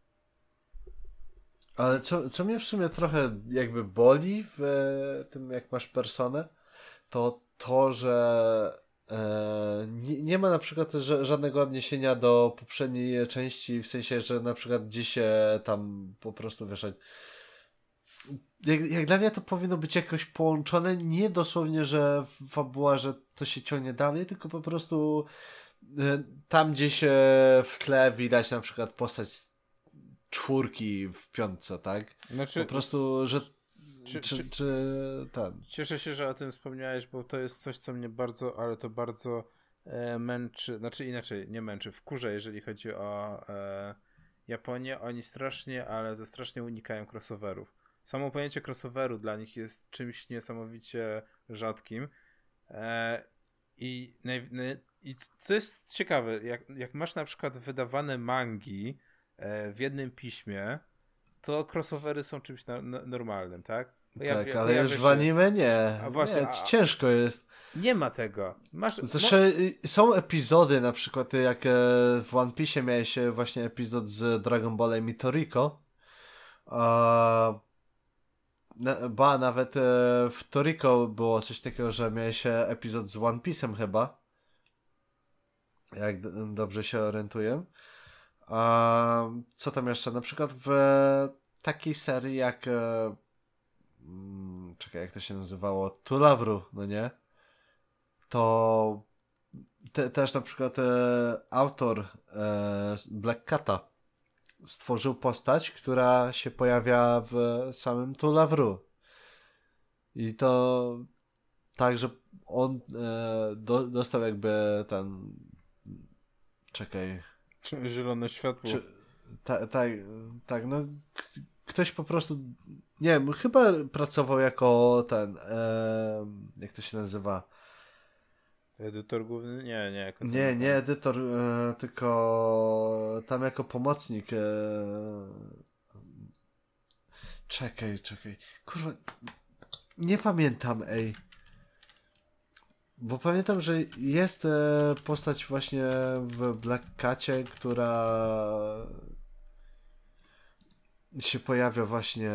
Ale co, co mnie w sumie trochę jakby boli w e, tym, jak masz personę, to to, że e, nie, nie ma na przykład ż- żadnego odniesienia do poprzedniej części, w sensie, że na przykład gdzieś się tam po prostu wiesz, jak, jak, jak dla mnie to powinno być jakoś połączone, nie dosłownie, że fabuła, że to się ciągnie dalej, tylko po prostu e, tam gdzieś e, w tle widać na przykład postać z czwórki w piątce, tak? Znaczy, Po prostu, że czy, czy, czy, czy ten. cieszę się, że o tym wspomniałeś, bo to jest coś, co mnie bardzo, ale to bardzo e, męczy, znaczy inaczej, nie męczy, wkurza, jeżeli chodzi o e, Japonię. Oni strasznie, ale to strasznie unikają crossoverów. Samo pojęcie crossoveru dla nich jest czymś niesamowicie rzadkim. E, i, naj, naj, I to jest ciekawe, jak, jak masz na przykład wydawane mangi e, w jednym piśmie, to crossovery są czymś na, na, normalnym, tak? Pojawia, Tak, ale już się... w anime nie. A właśnie, nie, a... ciężko jest. Nie ma tego. Masz... Zresztą mo... są epizody, na przykład jak w One Piece miałeś właśnie epizod z Dragon Ballem i Toriko. A... Ba, nawet w Toriko było coś takiego, że miałeś epizod z One Piece'em chyba. Jak d- dobrze się orientuję. A co tam jeszcze? Na przykład w takiej serii jak hmm, czekaj, jak to się nazywało? Tulavru, no nie? To te, też na przykład e, autor e, Black Cata stworzył postać, która się pojawia w samym Tulavru. I to tak, że on e, do, dostał jakby ten czekaj. Zielone światło. Czy, ta, ta, tak, no k- ktoś po prostu nie wiem, chyba pracował jako ten e, jak to się nazywa? Edytor główny? Nie, nie. Jako Nie, nie edytor, e, tylko tam jako pomocnik. E... Czekaj, czekaj. Kurwa, nie pamiętam, ej. Bo pamiętam, że jest e, postać właśnie w Black Cacie, która się pojawia właśnie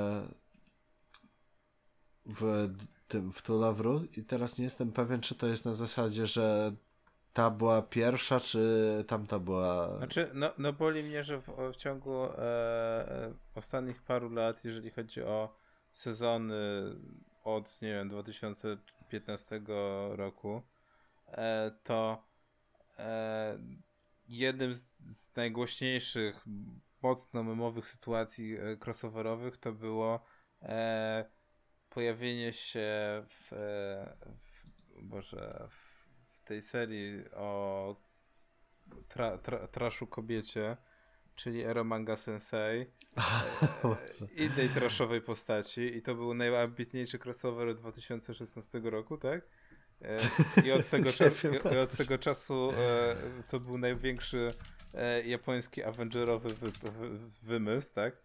w tym, w Tulavru i teraz nie jestem pewien, czy to jest na zasadzie, że ta była pierwsza, czy tamta była... Znaczy, no, no boli mnie, że w, w ciągu e, e, ostatnich paru lat, jeżeli chodzi o sezony od, nie wiem, dwa tysiące piętnastego roku, e, to e, jednym z, z najgłośniejszych, mocno memowych sytuacji e, crossoverowych to było e, pojawienie się w, e, w Boże, w, w tej serii o tra, tra, traszu kobiecie, czyli Eromanga Sensei, e, innej traszowej postaci i to był najambitniejszy crossover dwa tysiące szesnastego roku, tak? E, I od tego, czasu, i od tego czasu e, to był największy e, japoński Avengerowy wy, wy, wymysł, tak?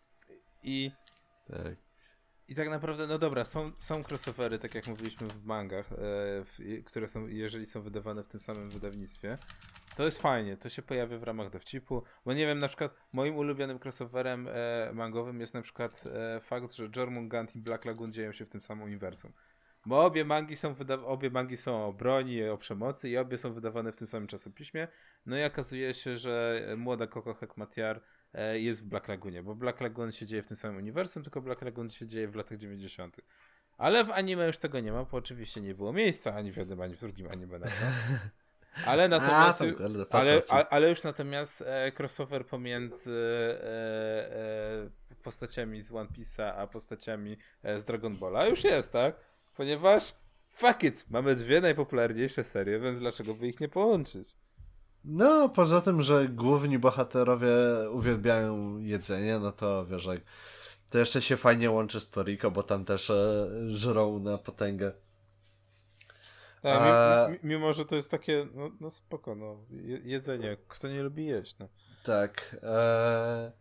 I Tak. I tak naprawdę, no dobra, są, są crossovery, tak jak mówiliśmy w mangach, e, w, które są, jeżeli są wydawane w tym samym wydawnictwie. To jest fajnie, to się pojawia w ramach dowcipu, bo nie wiem, na przykład moim ulubionym crossoverem e, mangowym jest na przykład e, fakt, że Jormungand i Black Lagoon dzieją się w tym samym uniwersum. Bo obie mangi są wyda- obie mangi są o broni, o przemocy i obie są wydawane w tym samym czasopiśmie. No i okazuje się, że młoda Koko Hekmatyar e, jest w Black Lagoonie, bo Black Lagoon się dzieje w tym samym uniwersum, tylko Black Lagoon się dzieje w latach dziewięćdziesiątych. Ale w anime już tego nie ma, bo oczywiście nie było miejsca ani w jednym, ani w drugim anime na to. Ale natomiast, A, tam, kurde, ale, patrzę, a, ale już natomiast e, crossover pomiędzy e, e, postaciami z One Piece'a a postaciami e, z Dragon Balla już jest, tak? Ponieważ fuck it, mamy dwie najpopularniejsze serie, więc dlaczego by ich nie połączyć? No, poza tym, że główni bohaterowie uwielbiają jedzenie, no to wiesz, jak to jeszcze się fajnie łączy z Toriko, bo tam też e, żrą na potęgę. Tak, A... mi, mi, mimo, że to jest takie, no, no spoko, no, je, jedzenie, kto nie lubi jeść, no. Tak. E...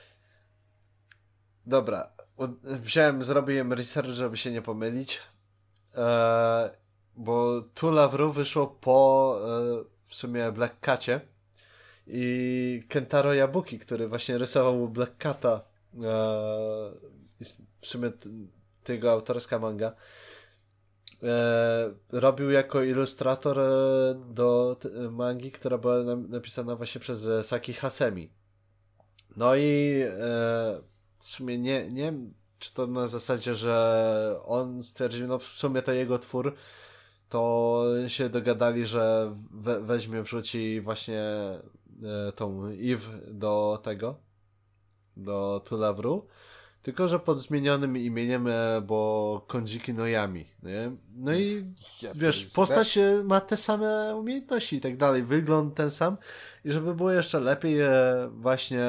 Dobra, wziąłem, zrobiłem research, żeby się nie pomylić, e... bo Tulavru wyszło po e... w sumie Black Cacie i Kentaro Yabuki, który właśnie rysował Black Cata, e... w sumie t- tego autorska manga, e, robił jako ilustrator e, do t, mangi, która była na, napisana właśnie przez e, Saki Hasemi. No i e, w sumie nie, nie wiem, czy to na zasadzie, że on stwierdził, no w sumie to jego twór, to się dogadali, że we, weźmie, wrzuci właśnie e, tą Eve do tego, do Tulawru, tylko że pod zmienionym imieniem, e, bo Konjiki Noyami, nie? No i Ja wiesz, to postać e, ma te same umiejętności i tak dalej, wygląd ten sam i żeby było jeszcze lepiej e, właśnie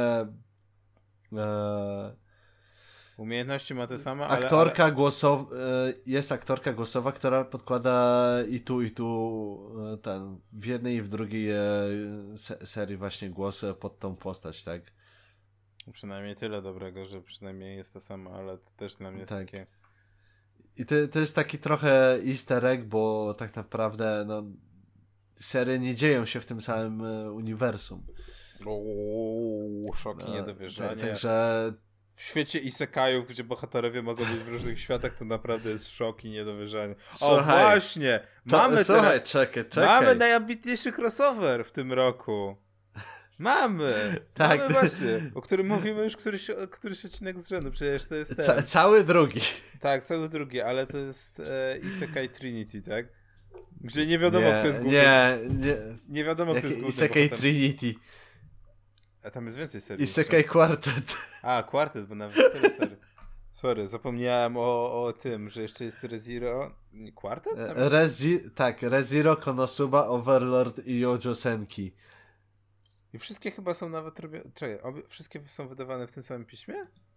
e, Umiejętności ma te same, ale... aktorka ale... głosowa, jest aktorka głosowa, która podkłada i tu, i tu e, ten, w jednej i w drugiej e, se, serii właśnie głos e, pod tą postać, tak? Przynajmniej tyle dobrego, że przynajmniej jest to samo, ale to też dla mnie jest Tak. takie... I to, to jest taki trochę easter egg, bo tak naprawdę no, serie nie dzieją się w tym samym e, uniwersum. Ooo, szok i No, niedowierzanie. tak, także W świecie isekajów, gdzie bohaterowie mogą być w różnych światach, to naprawdę jest szok i niedowierzanie. O Słuchaj, właśnie! to, Mamy słuchaj, teraz... czekaj, czekaj. Mamy najambitniejszy crossover w tym roku. Mamy! Tak. Mamy właśnie, o którym mówimy już któryś, któryś odcinek z rzędu, przecież to jest ten. Ca- cały drugi. Tak, cały drugi, ale to jest e, Isekai Trinity, tak? Gdzie nie wiadomo, nie, kto jest główny. Nie, nie. Nie wiadomo, kto jest główny Isekai bohaterem. Trinity. A tam jest więcej serii. Isekai Quartet. A, kwartet, bo nawet tyle serii. Sorry, zapomniałem o, o tym, że jeszcze jest ReZero. Nie, Kwartet? Tam jest... Rezi- tak, ReZero, Konosuba, Overlord i Yojo Senki. I wszystkie chyba są nawet robione... Czekaj, obie... wszystkie są wydawane w tym samym piśmie?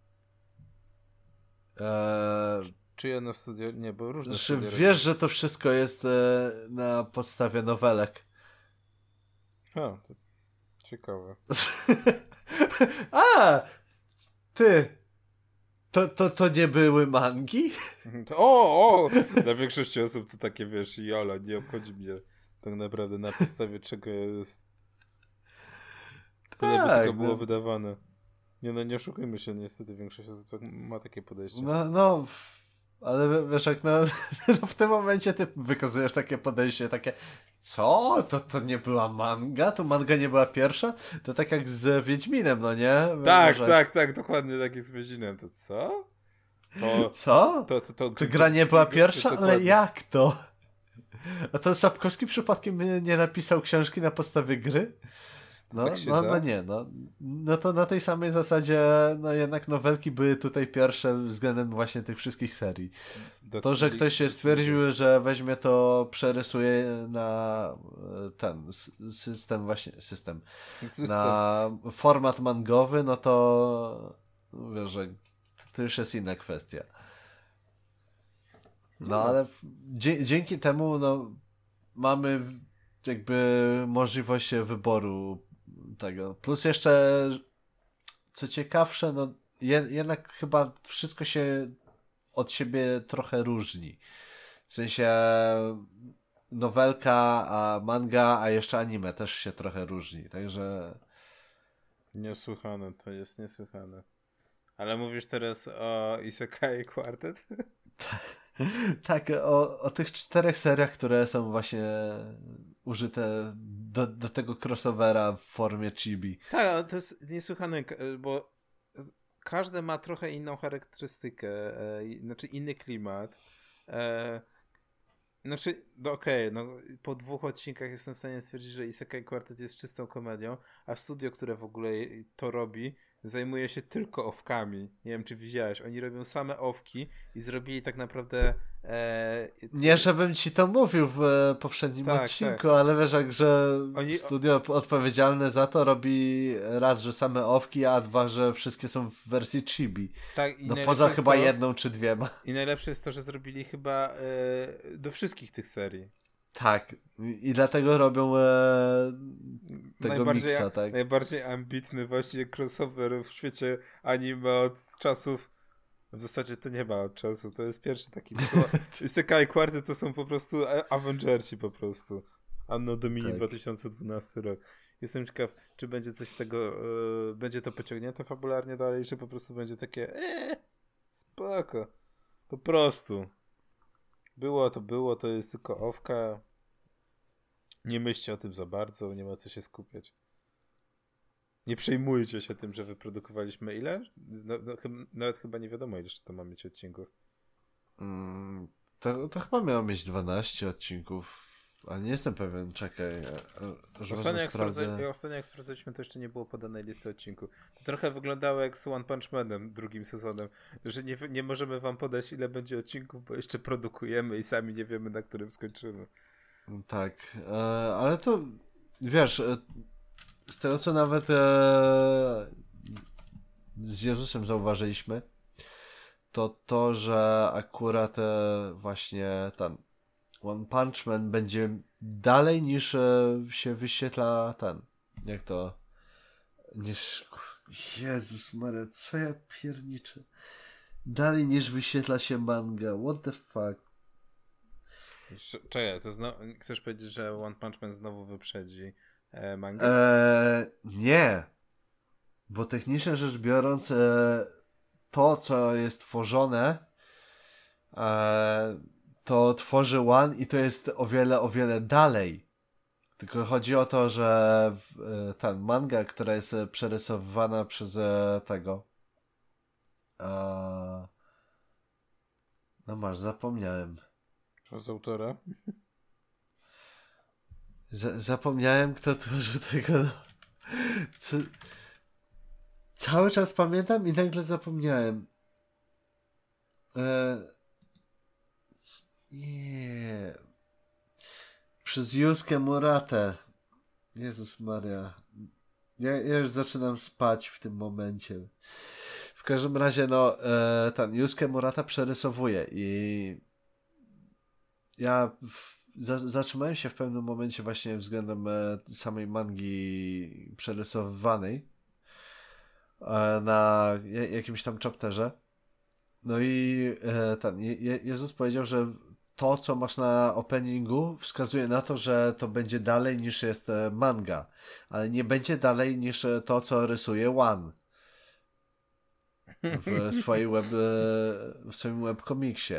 Eee, Czy jedno studio? Nie, bo różne znaczy, studia wiesz, że to wszystko jest e, na podstawie nowelek. robią. O, to ciekawe. A! Ty! To, to, to nie były mangi? To, o, o! Dla większości osób to takie, wiesz, jolo, nie obchodzi mnie tak naprawdę na podstawie czego jest... Tyle by Tak, tylko było no. wydawane. Nie no, nie oszukujmy się, niestety większość osób tak ma takie podejście. No, no, ale wiesz, jak no, no w tym momencie ty wykazujesz takie podejście, takie co? To, to nie była manga? To manga nie była pierwsza? To tak jak z Wiedźminem, no nie? Tak, Może... tak, tak, dokładnie tak jak z Wiedźminem. To co? To, Co? to, to, to, To gra nie była pierwsza? Ale dokładnie. jak to? A to Sapkowski przypadkiem nie napisał książki na podstawie gry? No, tak się no, da? no nie, no. No to na tej samej zasadzie, no jednak nowelki były tutaj pierwsze względem właśnie tych wszystkich serii. To, że ktoś się stwierdził, że weźmie to, przerysuje na e, ten s- system właśnie, system, System. na format mangowy, no to wiesz, że to już jest inna kwestia. No ale w- dzie- dzięki temu no mamy jakby możliwość wyboru tego. Plus jeszcze co ciekawsze, no je- jednak chyba wszystko się od siebie trochę różni. W sensie nowelka, a manga, a jeszcze anime też się trochę różni. Także Niesłychane, to jest niesłychane. Ale mówisz teraz o Isekai Quartet? tak, o, o tych czterech seriach, które są właśnie użyte do, do tego crossovera w formie chibi. Tak, ale to jest niesłychane, k- bo każde ma trochę inną charakterystykę, e, i- znaczy inny klimat. E, znaczy, no okej, no po dwóch odcinkach jestem w stanie stwierdzić, że Isekai Quartet jest czystą komedią, a studio, które w ogóle to robi, zajmuje się tylko owkami. Nie wiem, czy widziałeś, oni robią same owki i zrobili tak naprawdę... E, Nie, żebym ci to mówił w e, poprzednim Tak, odcinku, ale wiesz, jak, że Oni- studio odpowiedzialne za to robi raz, że same owki, a dwa, że wszystkie są w wersji chibi. tak, i No najlepsze poza jest chyba to- jedną czy dwiema. I najlepsze jest to, że zrobili chyba e, do wszystkich tych serii. Tak. I dlatego robią e, tego Najbardziej, miksa, tak? najbardziej ambitny właśnie crossover w świecie anime od czasów. W zasadzie to nie ma od czasu. To jest pierwszy taki. To są, Isekai Quartet to są po prostu A- Avengersi po prostu. Anno Domini Tak. dwa tysiące dwunasty rok. Jestem ciekaw, czy będzie coś z tego. E, będzie to pociągnięte fabularnie dalej, czy po prostu będzie takie. Eee, spoko. Po prostu. Było to było, to jest tylko owka. Nie myślcie o tym za bardzo, nie ma co się skupiać. Nie przejmujcie się tym, że wyprodukowaliśmy ile? No, no, chyb- nawet chyba nie wiadomo, ile jeszcze to ma mieć odcinków. Mm, to, to chyba miało mieć dwanaście odcinków, ale nie jestem pewien, czekaj, e, e, że Ostatnio wezmę, jak, sprawdzę. sprawdza, ostatnio jak sprawdzaliśmy, to jeszcze nie było podanej listy odcinków. To trochę wyglądało jak z One Punch Manem drugim sezonem, że nie, nie możemy wam podać, ile będzie odcinków, bo jeszcze produkujemy i sami nie wiemy, na którym skończymy. Tak, e, ale to wiesz, e, z tego co nawet e, z Jezusem zauważyliśmy, to to, że akurat e, właśnie ten One Punch Man będzie dalej niż e, się wyświetla ten, jak to, niż, Jezus Maria, co ja pierniczę, dalej niż wyświetla się manga, what the fuck. Sz- Czekaj, to znowu, chcesz powiedzieć, że One Punch Man znowu wyprzedzi e, mangę? Eee, nie, bo technicznie rzecz biorąc e, to, co jest tworzone, e, to tworzy One i to jest o wiele, o wiele dalej. Tylko chodzi o to, że w, e, ten manga, która jest e, przerysowywana przez e, tego e, no masz, zapomniałem. Przez autora? Z, zapomniałem, kto tworzył tego. No. Co, cały czas pamiętam i nagle zapomniałem. E, c- nie. Przez Yusuke Muratę. Jezus Maria. Ja, ja już zaczynam spać w tym momencie. W każdym razie, no, e, ten Yusuke Murata przerysowuje i ja w, za, zatrzymałem się w pewnym momencie właśnie względem e, samej mangi przerysowywanej e, na je, jakimś tam chapterze. No i e, ten Je, Je- Jezus powiedział, że to, co masz na openingu, wskazuje na to, że to będzie dalej niż jest e, manga, ale nie będzie dalej niż e, to, co rysuje One w swojej web, e, w swoim webkomiksie.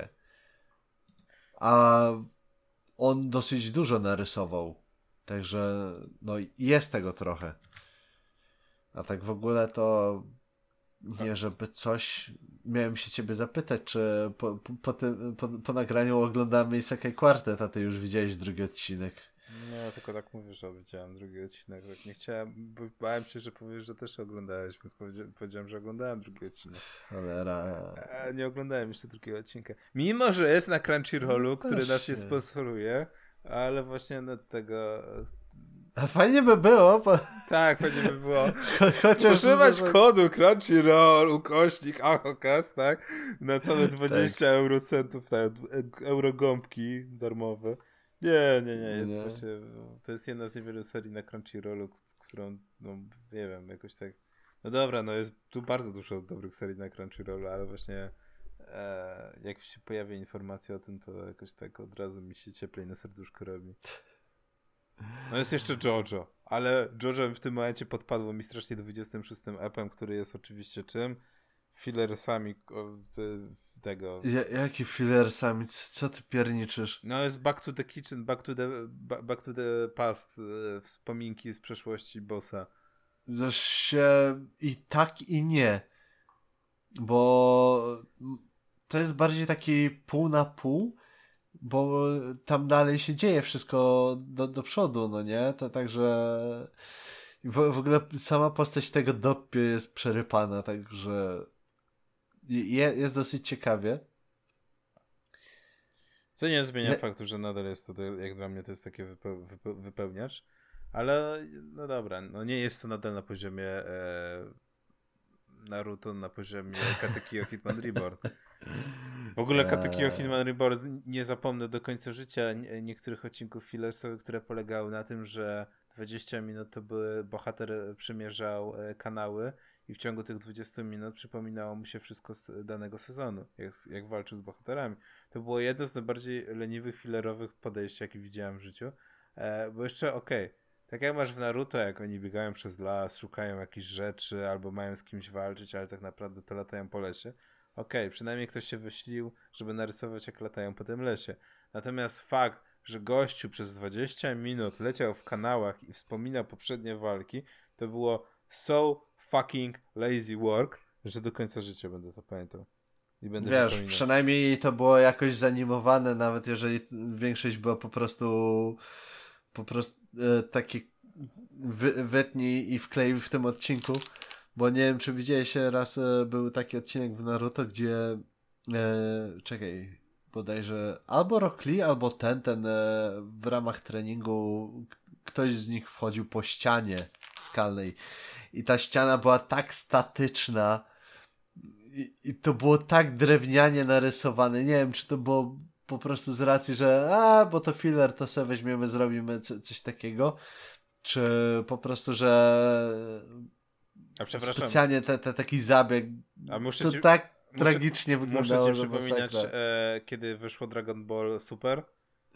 A on dosyć dużo narysował, także no jest tego trochę. A tak w ogóle to nie, żeby coś. Miałem się ciebie zapytać, czy po, po, po, tym, po, po nagraniu oglądamy Isekai Quartet, a ty już widziałeś drugi odcinek. Nie, tylko tak mówisz, że widziałem drugi odcinek. Tak nie chciałem, bo bałem się, że powiesz, że też oglądałeś, więc powiedzia- powiedziałem, że oglądałem drugi odcinek. Cholera. A nie oglądałem jeszcze drugiego odcinka. Mimo, że jest na Crunchyrollu, No który nas właśnie. nie sponsoruje, ale właśnie na tego... A fajnie by było, bo... Tak, pewnie by było. cho- chociaż... Używać kodu Crunchyroll, ukośnik Ahocast, tak? Na całe dwadzieścia Tak. eurocentów, tak, e- eurogąbki darmowe. Nie, nie, nie. Nie. Właśnie, to jest jedna z niewielu serii na Crunchyrollu, k- którą, no nie wiem, jakoś tak... No dobra, no jest tu bardzo dużo dobrych serii na Crunchyrollu, ale właśnie e, jak się pojawia informacja o tym, to jakoś tak od razu mi się cieplej na serduszko robi. No jest jeszcze JoJo, ale JoJo w tym momencie podpadło mi strasznie dwudziestym szóstym epem, który jest oczywiście czym? Fillersami o, te, tego... Ja, jaki filler sami? Co ty pierniczysz? No jest Back to the Kitchen, Back to the, ba- back to the Past, e, wspominki z przeszłości bossa. Zaś się i tak i nie. Bo to jest bardziej taki pół na pół, bo tam dalej się dzieje wszystko do, do przodu, no nie? To także w, w ogóle sama postać tego Doppio jest przerypana, także je, jest dosyć ciekawie. Co nie zmienia Nie- faktu, że nadal jest to, jak dla mnie to jest takie wypeł, wypeł, wypełniacz, ale no dobra, no nie jest to nadal na poziomie e, Naruto, na poziomie Katekyo Hitman Reborn. W ogóle Katekyo Eee. Hitman Reborn nie zapomnę do końca życia nie- niektórych odcinków fillersowych, które polegały na tym, że dwadzieścia minut to były, bohater przemierzał e, kanały i w ciągu tych dwudziestu minut przypominało mu się wszystko z danego sezonu, jak, jak walczył z bohaterami. To było jedno z najbardziej leniwych, fillerowych podejść, jakie widziałem w życiu. E, bo jeszcze okej, okay, tak jak masz w Naruto, jak oni biegają przez las, szukają jakichś rzeczy, albo mają z kimś walczyć, ale tak naprawdę to latają po lesie. okej, okay, przynajmniej ktoś się wyślił, żeby narysować, jak latają po tym lesie. Natomiast fakt, że gościu przez dwadzieścia minut leciał w kanałach i wspominał poprzednie walki, to było so fucking lazy work, że do końca życia będę to pamiętał. I będę Wiesz, wypominał. przynajmniej to było jakoś zanimowane, nawet jeżeli większość była po prostu po prostu e, taki wy, wytnij i wklej w tym odcinku, bo nie wiem, czy widziałeś, raz e, był taki odcinek w Naruto, gdzie e, czekaj, bodajże albo Rock Lee, albo ten, ten e, w ramach treningu ktoś z nich wchodził po ścianie skalnej i ta ściana była tak statyczna i, i to było tak drewnianie narysowane. Nie wiem, czy to było po prostu z racji, że a, bo to filler, to sobie weźmiemy, zrobimy c- coś takiego, czy po prostu, że A przepraszam. specjalnie te, te, taki zabieg A muszę to ci, tak muszę, tragicznie wyglądało. Muszę ci przypominać, e, kiedy wyszło Dragon Ball Super.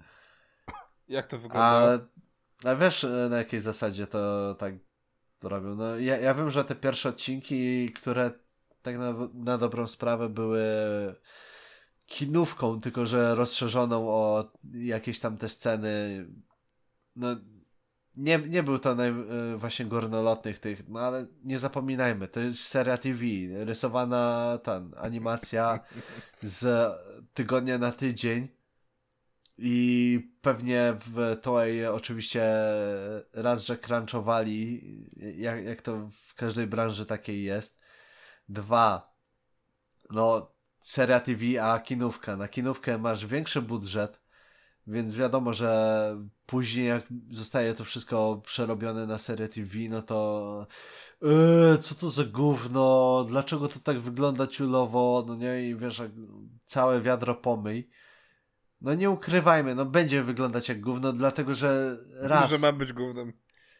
Jak to wyglądało? A, a wiesz, na jakiej zasadzie to tak robią? No, ja, ja wiem, że te pierwsze odcinki, które tak na, na dobrą sprawę były kinówką, tylko że rozszerzoną o jakieś tam te sceny. No, nie, nie był to naj, właśnie górnolotnych tych, no ale nie zapominajmy, to jest seria T V, rysowana tam animacja z tygodnia na tydzień i pewnie w Toei oczywiście raz, że crunchowali, jak, jak to w każdej branży takiej jest. Dwa, no seria T V, a kinówka. Na kinówkę masz większy budżet, więc wiadomo, że później jak zostaje to wszystko przerobione na serię T V, no to yy, co to za gówno, dlaczego to tak wygląda ciulowo, no nie, i wiesz, jak całe wiadro pomyj. No nie ukrywajmy, no będzie wyglądać jak gówno, dlatego że raz... Że ma być gównem.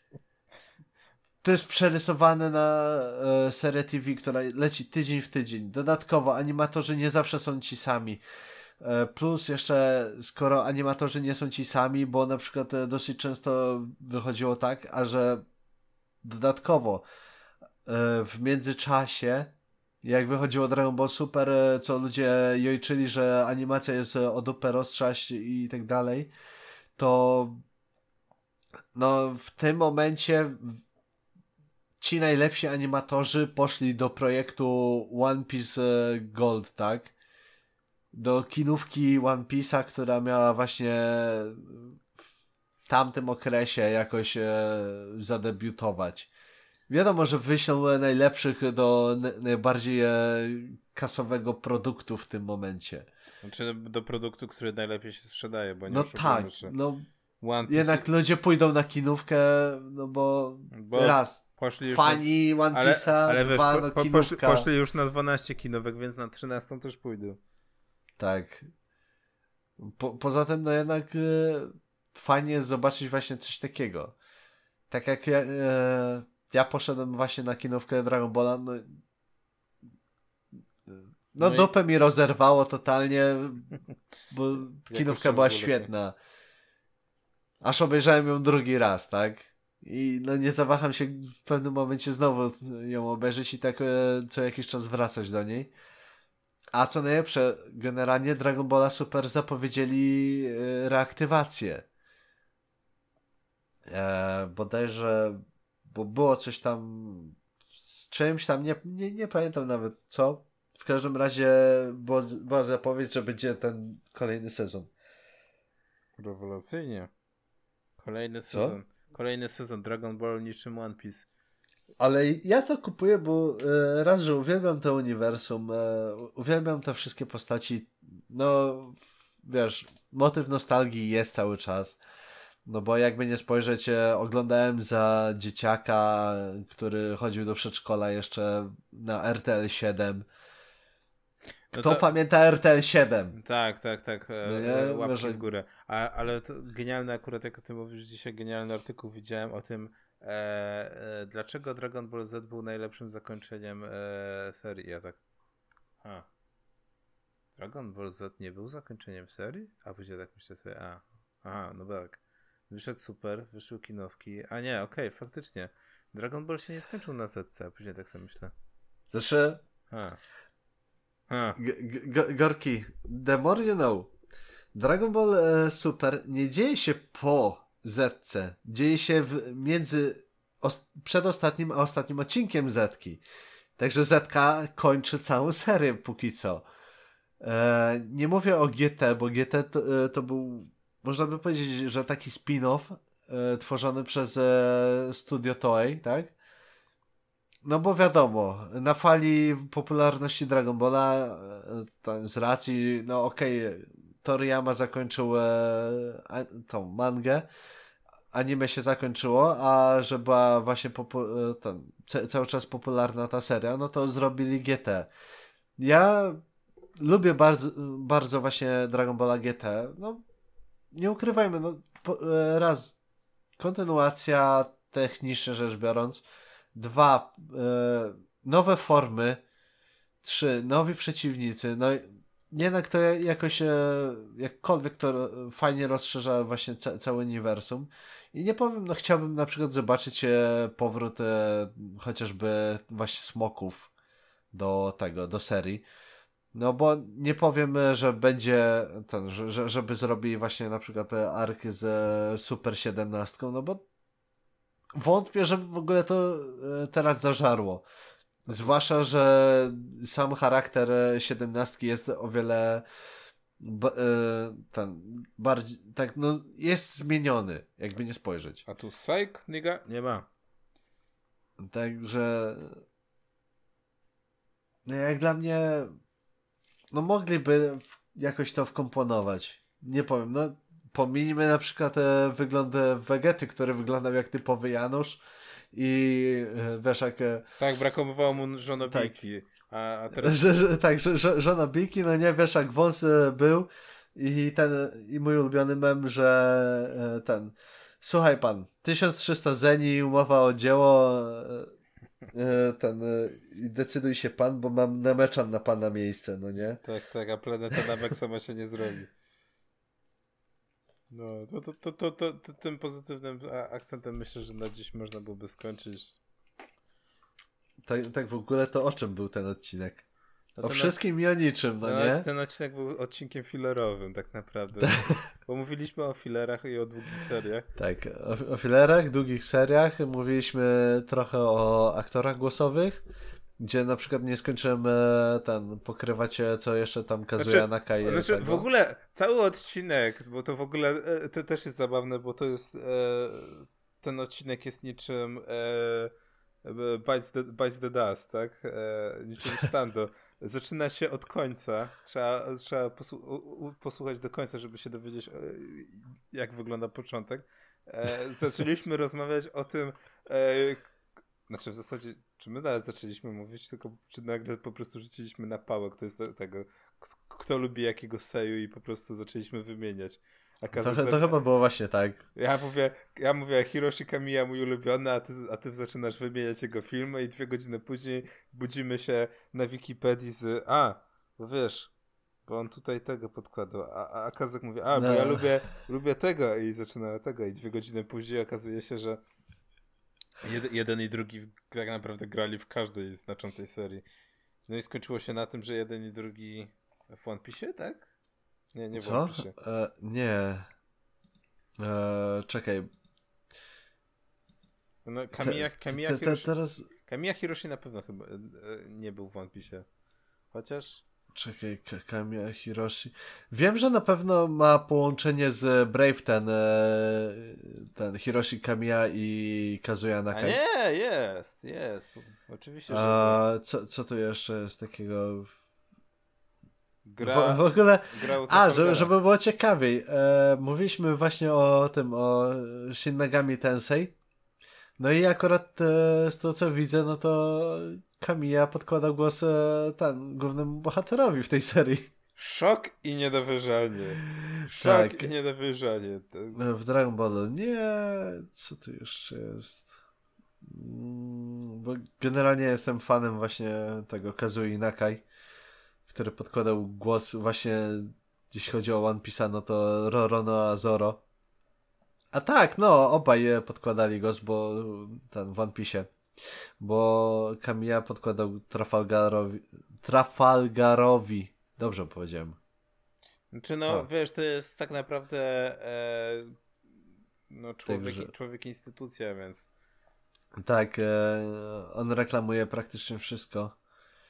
To jest przerysowane na e, serię T V, która leci tydzień w tydzień. Dodatkowo animatorzy nie zawsze są ci sami. E, plus jeszcze, skoro animatorzy nie są ci sami, bo na przykład e, dosyć często wychodziło tak, a że dodatkowo e, w międzyczasie, jak wychodziło Dragon Ball Super, e, co ludzie jojczyli, że animacja jest e, o dupę roztrzaść i tak dalej, to no w tym momencie ci najlepsi animatorzy poszli do projektu One Piece Gold, tak? Do kinówki One Piece'a, która miała właśnie w tamtym okresie jakoś e, zadebiutować. Wiadomo, że wyślą najlepszych do n- najbardziej e, kasowego produktu w tym momencie. Znaczy do produktu, który najlepiej się sprzedaje, bo nie No oszukujmy tak, się. no One Piece... jednak ludzie pójdą na kinówkę, no bo, bo raz, poszli już fani na... One ale, Piece'a, ale wiesz, dwa, po, no po, poszli, kinówka. poszli już na dwanaście kinówek, więc na trzynastą też pójdą. Tak. Po, poza tym, no jednak e, fajnie jest zobaczyć właśnie coś takiego. Tak jak ja, e, ja poszedłem właśnie na kinówkę Dragon Balla, no, no, No i- dupę mi rozerwało totalnie, bo kinówka jeszcze w była ogóle świetna. Aż obejrzałem ją drugi raz, tak? I no nie zawaham się w pewnym momencie znowu ją obejrzeć i tak e, co jakiś czas wracać do niej. A co najlepsze, generalnie Dragon Balla Super zapowiedzieli e, reaktywację. E, bodajże, bo było coś tam z czymś tam, nie, nie, nie pamiętam nawet co. W każdym razie było, była zapowiedź, że będzie ten kolejny sezon. Rewelacyjnie. Kolejny Co? sezon. Kolejny sezon Dragon Ball niczym One Piece. Ale ja to kupuję, bo e, raz, że uwielbiam to uniwersum, e, uwielbiam te wszystkie postaci. No, wiesz, motyw nostalgii jest cały czas. No bo jakby nie spojrzeć, e, oglądałem za dzieciaka, który chodził do przedszkola jeszcze na R T L siedem. No Kto to- pamięta R T L siedem? Tak, tak, tak. E, No nie? e, łapki Może- w górę. A, ale to genialne akurat, jak o tym mówisz, dzisiaj genialny artykuł widziałem o tym, e, e, dlaczego Dragon Ball Z był najlepszym zakończeniem e, serii. Ja tak... A. Dragon Ball Z nie był zakończeniem serii? A później tak myślę sobie, a. Aha, no tak. Wyszedł super, wyszły kinówki. A nie, okej, faktycznie. Dragon Ball się nie skończył na Zetce, a później tak sobie myślę. Znaczy, A. Ha. G- g- Gorki, the more you know. Dragon Ball e, Super nie dzieje się po Zetce. Dzieje się w, między os- przedostatnim a ostatnim odcinkiem Zetki. Także Zetka kończy całą serię póki co. E, nie mówię o G T, bo G T to, e, to był, można by powiedzieć, że taki spin-off e, tworzony przez e, studio Toei, tak? No bo wiadomo, na fali popularności Dragon Balla e, ta- z racji, no okej, okay, Toriyama zakończył e, a, tą mangę, anime się zakończyło, a że była właśnie popu- e, ten, ca- cały czas popularna ta seria, no to zrobili G T. Ja lubię bardzo, bardzo właśnie Dragon Balla G T. No, nie ukrywajmy, no, po, e, raz, kontynuacja technicznie rzecz biorąc, dwa, e, nowe formy, trzy, nowi przeciwnicy, no jednak to jakoś e, jakkolwiek to fajnie rozszerza właśnie ca- całe uniwersum i nie powiem, no chciałbym na przykład zobaczyć e, powrót e, chociażby właśnie smoków do tego, do serii. No bo nie powiem, że będzie ten, że, że, żeby zrobili właśnie na przykład te arki z e, Super siedemnaście, no bo wątpię, żeby w ogóle to e, teraz zażarło. Zwłaszcza, że sam charakter e, siedemnastki jest o wiele b- e, ten, bardziej, tak, no jest zmieniony, jakby nie spojrzeć. A tu Psych, nigga? Nie ma. Także no jak dla mnie no mogliby w, jakoś to wkomponować. Nie powiem, no pominijmy na przykład e, wygląd Vegety, który wyglądał jak typowy Janusz i e, wiesz jak... E, Tak, brakowało mu żonobijki. Tak. A, a teraz... że, że, tak, że, że, żona Biki, no nie, wiesz jak wąs e, był i ten, i mój ulubiony mem, że e, ten słuchaj pan, tysiąc trzysta zeni, umowa o dzieło e, e, ten e, decyduj się pan, bo mam nameczan na pana miejsce, no nie? Tak, tak, a planeta Namek sama się nie zrobi. No, to, to, to, to, to, to tym pozytywnym akcentem myślę, że na dziś można byłoby skończyć. Tak, tak w ogóle to o czym był ten odcinek? No o wszystkim od... i o niczym, no, no nie? Ten odcinek był odcinkiem fillerowym tak naprawdę. Bo mówiliśmy o fillerach i o długich seriach. Tak, o, o fillerach, długich seriach. Mówiliśmy trochę o aktorach głosowych, gdzie na przykład nie skończyłem ten pokrywać, co jeszcze tam Kazuya znaczy, Nakai. Znaczy, w ogóle cały odcinek, bo to w ogóle to też jest zabawne, bo to jest e, ten odcinek jest niczym e, Bites, the, Bites the Dust, tak? E, niczym Stando. Zaczyna się od końca. Trzeba, trzeba posłu- posłuchać do końca, żeby się dowiedzieć, jak wygląda początek. E, zaczęliśmy rozmawiać o tym, e, znaczy w zasadzie, czy my nawet zaczęliśmy mówić, tylko czy nagle po prostu rzuciliśmy na pałę, kto jest do tego, kto lubi jakiego seju i po prostu zaczęliśmy wymieniać. A to, to, to chyba było właśnie tak. Ja mówię, ja mówię Hiroshi Kamiya, mój ulubiony, a ty, a ty zaczynasz wymieniać jego filmy i dwie godziny później budzimy się na Wikipedii z a, bo wiesz, bo on tutaj tego podkładał, a, a Kazek mówi, a, bo no. ja lubię, lubię tego i zaczyna tego i dwie godziny później okazuje się, że jed, jeden i drugi tak naprawdę grali w każdej znaczącej serii. No i skończyło się na tym, że jeden i drugi w One Piece, tak? Nie, nie w Co? One Piece. E, nie. E, czekaj. No, Kamiya, Kamiya, te, te, Hiroshi, teraz... Kamiya Hiroshi na pewno chyba e, nie był w One Piece. Chociaż... Czekaj, Kamiya Hiroshi. Wiem, że na pewno ma połączenie z Brave ten, e, ten Hiroshi Kamiya i Kazuya Nakai. A nie, jest, jest. Oczywiście, że A, co, co tu jeszcze jest takiego... gra, w, w ogóle... gra A, żeby, żeby było ciekawiej. E, mówiliśmy właśnie o tym, o Shin Megami Tensei. No i akurat e, z tego co widzę, no to Kamiya podkładał głos e, ten, głównemu bohaterowi w tej serii. Szok i niedowierzanie. Szok Tak. i niedowierzanie. To... W Dragon Ballu. Nie, co tu jeszcze jest? Mm, bo generalnie jestem fanem właśnie tego Kazui Nakai, który podkładał głos właśnie, jeśli chodzi o One Piece'a, no to Roronoa Zoro. A tak, no, obaj podkładali głos, bo ten w One Piece'ie. Bo Kamiya podkładał Trafalgarowi, Trafalgarowi. Dobrze powiedziałem. Znaczy no, A. wiesz, to jest tak naprawdę e, no, człowiek, Także- człowiek instytucja, więc Tak, e, on reklamuje praktycznie wszystko.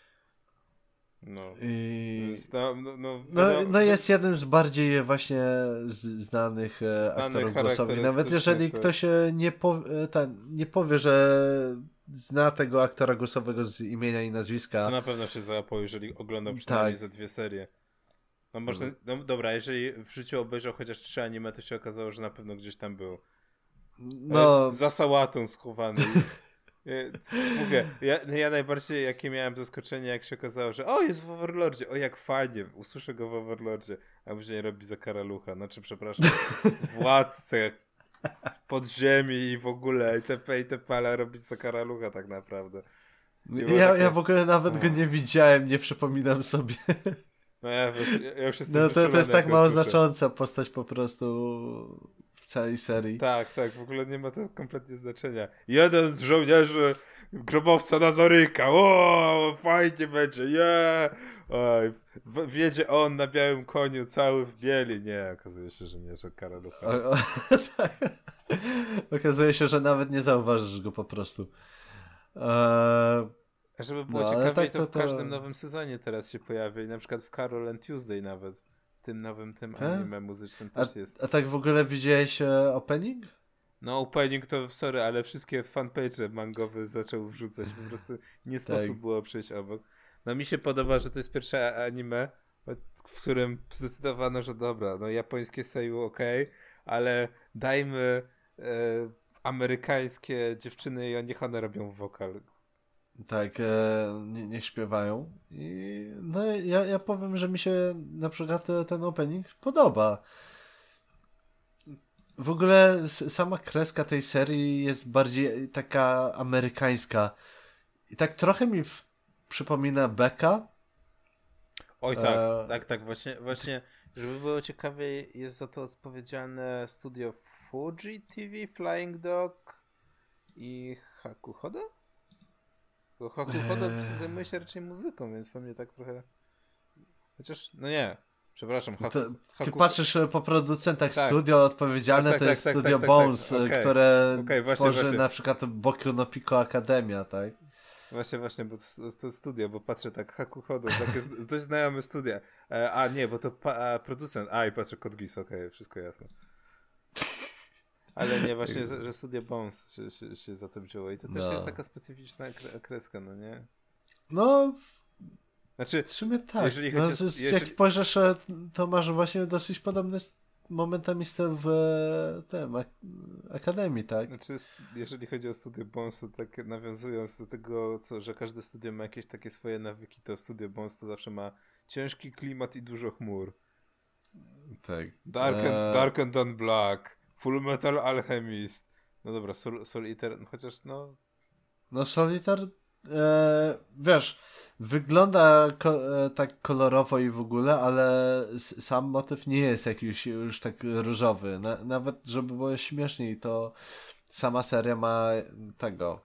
no. I... Więc no, no, no, No, wiadomo- no jest jednym z bardziej właśnie z, znanych e, Znanych, aktorów głosowych. Nawet jeżeli charakterystycznych, tak. ktoś e, nie, po, e, ten, nie powie, że zna tego aktora głosowego z imienia i nazwiska. to na pewno się załapał, jeżeli oglądał przynajmniej Tak. ze dwie serie. No może, no dobra, jeżeli w życiu obejrzał chociaż trzy anime, to się okazało, że na pewno gdzieś tam był. No, Jest za sałatą schowany. E, Mówię, ja, ja najbardziej jakie miałem zaskoczenie, jak się okazało, że o, jest w Overlordzie, o jak fajnie, usłyszę go w Overlordzie, a później robi za karalucha, znaczy przepraszam, władcę podziemi i w ogóle itp. itp. Ale robić za karalucha tak naprawdę. było ja, takie- ja w ogóle nawet go O. nie widziałem, nie przypominam sobie. No ja, wiesz, ja już jestem No to, to wyczulony, jest jak tak go mało słyszę. znacząca postać po prostu w całej serii. Tak, tak, w ogóle nie ma to kompletnie znaczenia. Jeden z żołnierzy grobowca Nazoryka, o, fajnie będzie, je! Oj, w- wiedzie on na białym koniu, cały w bieli. Nie, okazuje się, że nie, że karalucha. O, o, tak. Okazuje się, że nawet nie zauważysz go po prostu. Eee, A żeby było No, ale ciekawiej, tak to, to- w to- każdym nowym sezonie teraz się pojawia i na przykład w Carol and Tuesday nawet. W tym nowym, tym Tak? anime muzycznym a, też jest. a tak w ogóle widziałeś e, opening? No opening to, sorry, ale wszystkie fanpage mangowe zaczął wrzucać. Po prostu nie sposób Tak. było przejść obok. No mi się podoba, że to jest pierwsze anime, w którym zdecydowano, że dobra, no japońskie seiyuu okej, ale dajmy e, amerykańskie dziewczyny i niech one robią wokal. Tak, e, nie, niech śpiewają. I no ja, ja powiem, że mi się na przykład e, ten opening podoba. W ogóle s- sama kreska tej serii jest bardziej taka amerykańska. I tak trochę mi w, przypomina Becca. Oj tak, E, tak, tak, właśnie, właśnie, żeby było ciekawiej, jest za to odpowiedzialne studio Fuji T V, Flying Dog i Hakuhodo? Bo Hakuhodo Eee. zajmuje się raczej muzyką, więc to mnie tak trochę... Chociaż, no nie, przepraszam, Haku... To, ty Haku... patrzysz e, po producentach Tak. studio, odpowiedzialne Tak, tak, to jest tak, tak, studio tak, tak, tak. Bones, e, Okej. które Okej, właśnie, tworzy właśnie. na przykład Boku no Pico Academia, tak? Właśnie, właśnie, bo to, to studio, bo patrzę tak, Hakuhodo, takie z- dość znajome studia. E, a nie, bo to pa, a, producent, a i patrzę, Code Geass, okej, wszystko jasne. Ale nie, właśnie, że, że Studio Bones się, się, się za to wzięło i to też No. jest taka specyficzna kre- kreska, no nie? No, Znaczy, w sumie tak. Jeżeli no, chodzi o- z- z- jeżeli- Jak spojrzysz, e, to masz właśnie dosyć podobny s- momentami styl w e, tym, ak- Akademii, tak? znaczy, s- jeżeli chodzi o Studio Bones, to tak nawiązując do tego, co, że każde studio ma jakieś takie swoje nawyki, to Studio Bones to zawsze ma ciężki klimat i dużo chmur. Tak. Dark and, E, Dark and Dawn Black, Full Metal Alchemist. No dobra, Soul, Soul Eater, no chociaż no... No Solitar, e, wiesz, wygląda ko- e, tak kolorowo i w ogóle, ale s- sam motyw nie jest jakiś już tak różowy. Na, nawet żeby było śmieszniej, to sama seria ma tego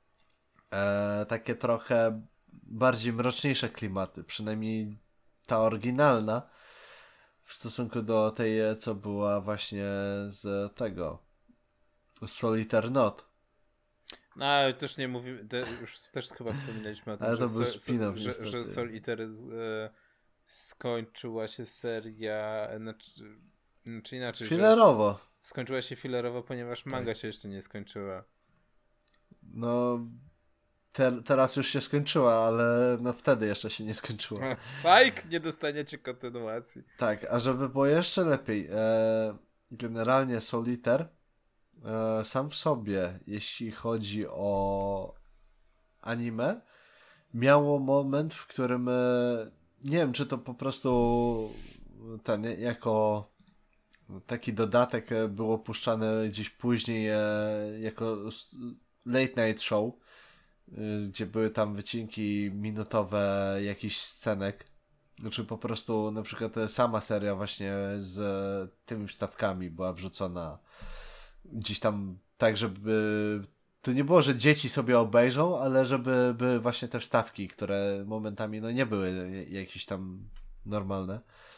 e, takie trochę bardziej mroczniejsze klimaty, przynajmniej ta oryginalna w stosunku do tej, e, co była właśnie z tego Solitaire Not. No, ale też nie mówimy, te, już też chyba wspominaliśmy o tym, Ale że, to był so, spin-off że, niestety. że Soul Eater z, e, skończyła się seria, znaczy, znaczy inaczej, że Filerowo. skończyła się filerowo, ponieważ manga się jeszcze nie skończyła. No, te, teraz już się skończyła, ale no wtedy jeszcze się nie skończyła. Sajk, nie dostaniecie kontynuacji. Tak, a żeby było jeszcze lepiej, e, generalnie Solitaire e, sam w sobie, jeśli chodzi o anime, miało moment, w którym e, nie wiem, czy to po prostu ten jako taki dodatek e, było puszczane gdzieś później e, jako s- late night show, y, gdzie były tam wycinki minutowe jakichś scenek, czy po prostu na przykład e, sama seria właśnie z e, tymi wstawkami była wrzucona gdzieś tam tak, żeby tu nie było, że dzieci sobie obejrzą, ale żeby były właśnie te wstawki, które momentami no nie były jakieś tam normalne.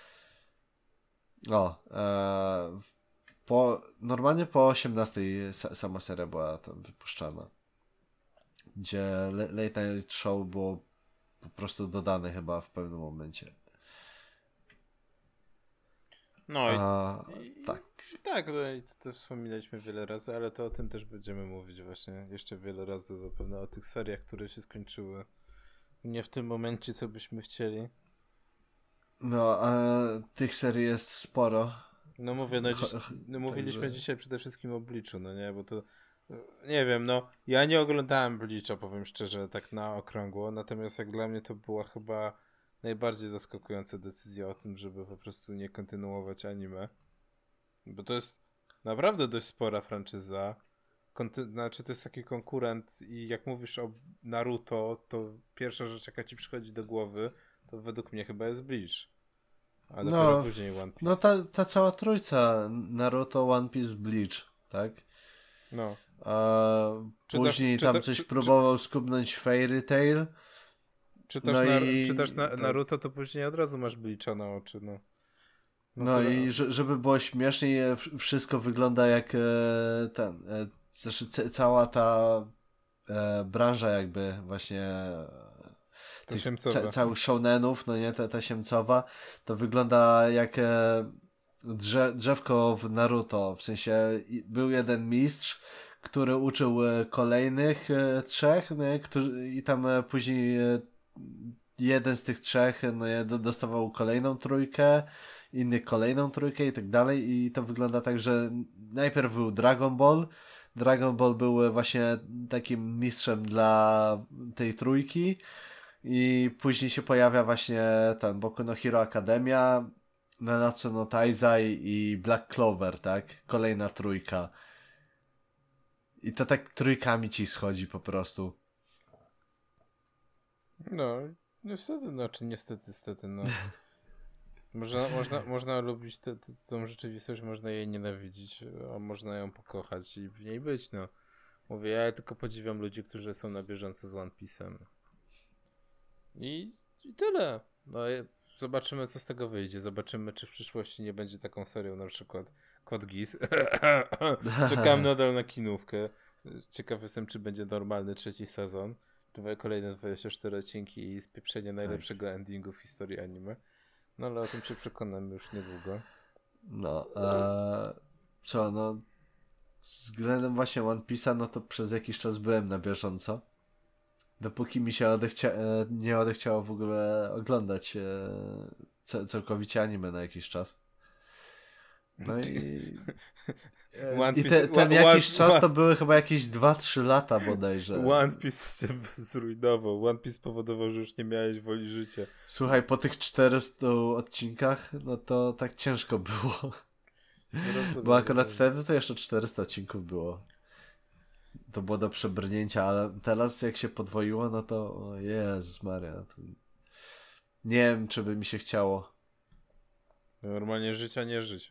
O, e, po, normalnie po osiemnastej sa, sama seria była tam wypuszczana. Gdzie le, Late Night Show było po prostu dodane chyba w pewnym momencie. No i, A, i tak. tak, no i to, to wspominaliśmy wiele razy, ale to o tym też będziemy mówić właśnie jeszcze wiele razy zapewne o tych seriach, które się skończyły nie w tym momencie, co byśmy chcieli. No, a tych serii jest sporo. No mówię, no, dziś, no mówiliśmy Także... dzisiaj przede wszystkim o Bleachu, no nie, bo to nie wiem, no ja nie oglądałem Bleacha, powiem szczerze, tak na okrągło, natomiast jak dla mnie to była chyba najbardziej zaskakująca decyzja o tym, żeby po prostu nie kontynuować anime, bo to jest naprawdę dość spora franczyza, Konty- znaczy to jest taki konkurent i jak mówisz o Naruto, to pierwsza rzecz jaka ci przychodzi do głowy, to według mnie chyba jest Bleach. A dopiero No, później One Piece. no ta, ta cała trójca Naruto, One Piece, Bleach, tak? No. A Czytasz- później czyta- tam coś czy- próbował skubnąć Fairy Tail. Czytasz, No na, i- czytasz na, tak. Naruto, to później od razu masz Bleacha na oczy, no. No tyle. i że, żeby było śmieszniej, e, w- wszystko wygląda jak e, ten, e, znaczy ca- cała ta e, branża jakby właśnie e, tych Tasiemcowa. ca- całych shonenów, no nie, ta, ta siemcowa, to wygląda jak e, drze, drzewko w Naruto, w sensie i- był jeden mistrz, który uczył e, kolejnych e, trzech, no, nie, którzy, i tam e, później e, jeden z tych trzech no, nie, do- dostawał kolejną trójkę, inny kolejną trójkę i tak dalej i to wygląda tak, że najpierw był Dragon Ball, Dragon Ball był właśnie takim mistrzem dla tej trójki i później się pojawia właśnie ten Boku no Hero Academia, Nanatsu no Taizai i Black Clover, tak? Kolejna trójka. I to tak trójkami ci schodzi po prostu. No, niestety, znaczy niestety, niestety, no. Można, można, można lubić tę tę- tą rzeczywistość, można jej nienawidzić, a można ją pokochać i w niej być, no. Mówię, ja tylko podziwiam ludzi, którzy są na bieżąco z One Piece'em. I, I tyle. No, i zobaczymy, co z tego wyjdzie. Zobaczymy, czy w przyszłości nie będzie taką serią, na przykład Code Geass. Czekam nadal na kinówkę. Ciekaw jestem, czy będzie normalny trzeci sezon. Dwa, kolejne dwadzieścia cztery odcinki i spieprzenie najlepszego endingu w historii anime. No ale o tym się przekonam już niedługo. No, e, co, no względem właśnie One Piece'a, no to przez jakiś czas byłem na bieżąco. Dopóki mi się odechcia- e, nie odechciało w ogóle oglądać e, ce- całkowicie anime na jakiś czas. No i... e, One I Piece- te, ten One- jakiś One- czas to były chyba jakieś dwa trzy lata bodajże. One Piece się zrujnował. One Piece powodował, że już nie miałeś woli życia. Słuchaj, po tych czterystu odcinkach, no to tak ciężko było. Nie rozumiem, Bo akurat rozumiem. wtedy to jeszcze czterysta odcinków było. To było do przebrnięcia, ale teraz jak się podwoiło, no to o Jezus Maria. To... Nie wiem, czy by mi się chciało. Normalnie życia nie żyć.